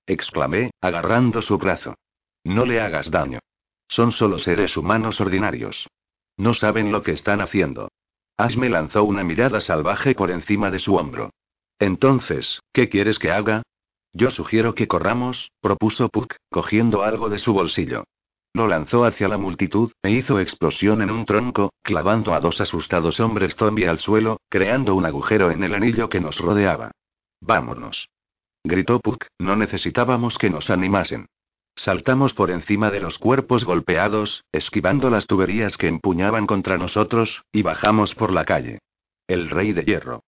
exclamé, agarrando su brazo. No le hagas daño. Son solo seres humanos ordinarios. No saben lo que están haciendo. Ash me lanzó una mirada salvaje por encima de su hombro. Entonces, ¿qué quieres que haga? Yo sugiero que corramos, propuso Puck, cogiendo algo de su bolsillo. Lo lanzó hacia la multitud, e hizo explosión en un tronco, clavando a dos asustados hombres zombie al suelo, creando un agujero en el anillo que nos rodeaba. Vámonos. Gritó Puck, no necesitábamos que nos animasen. Saltamos por encima de los cuerpos golpeados, esquivando las tuberías que empuñaban contra nosotros, y bajamos por la calle. El Rey de Hierro.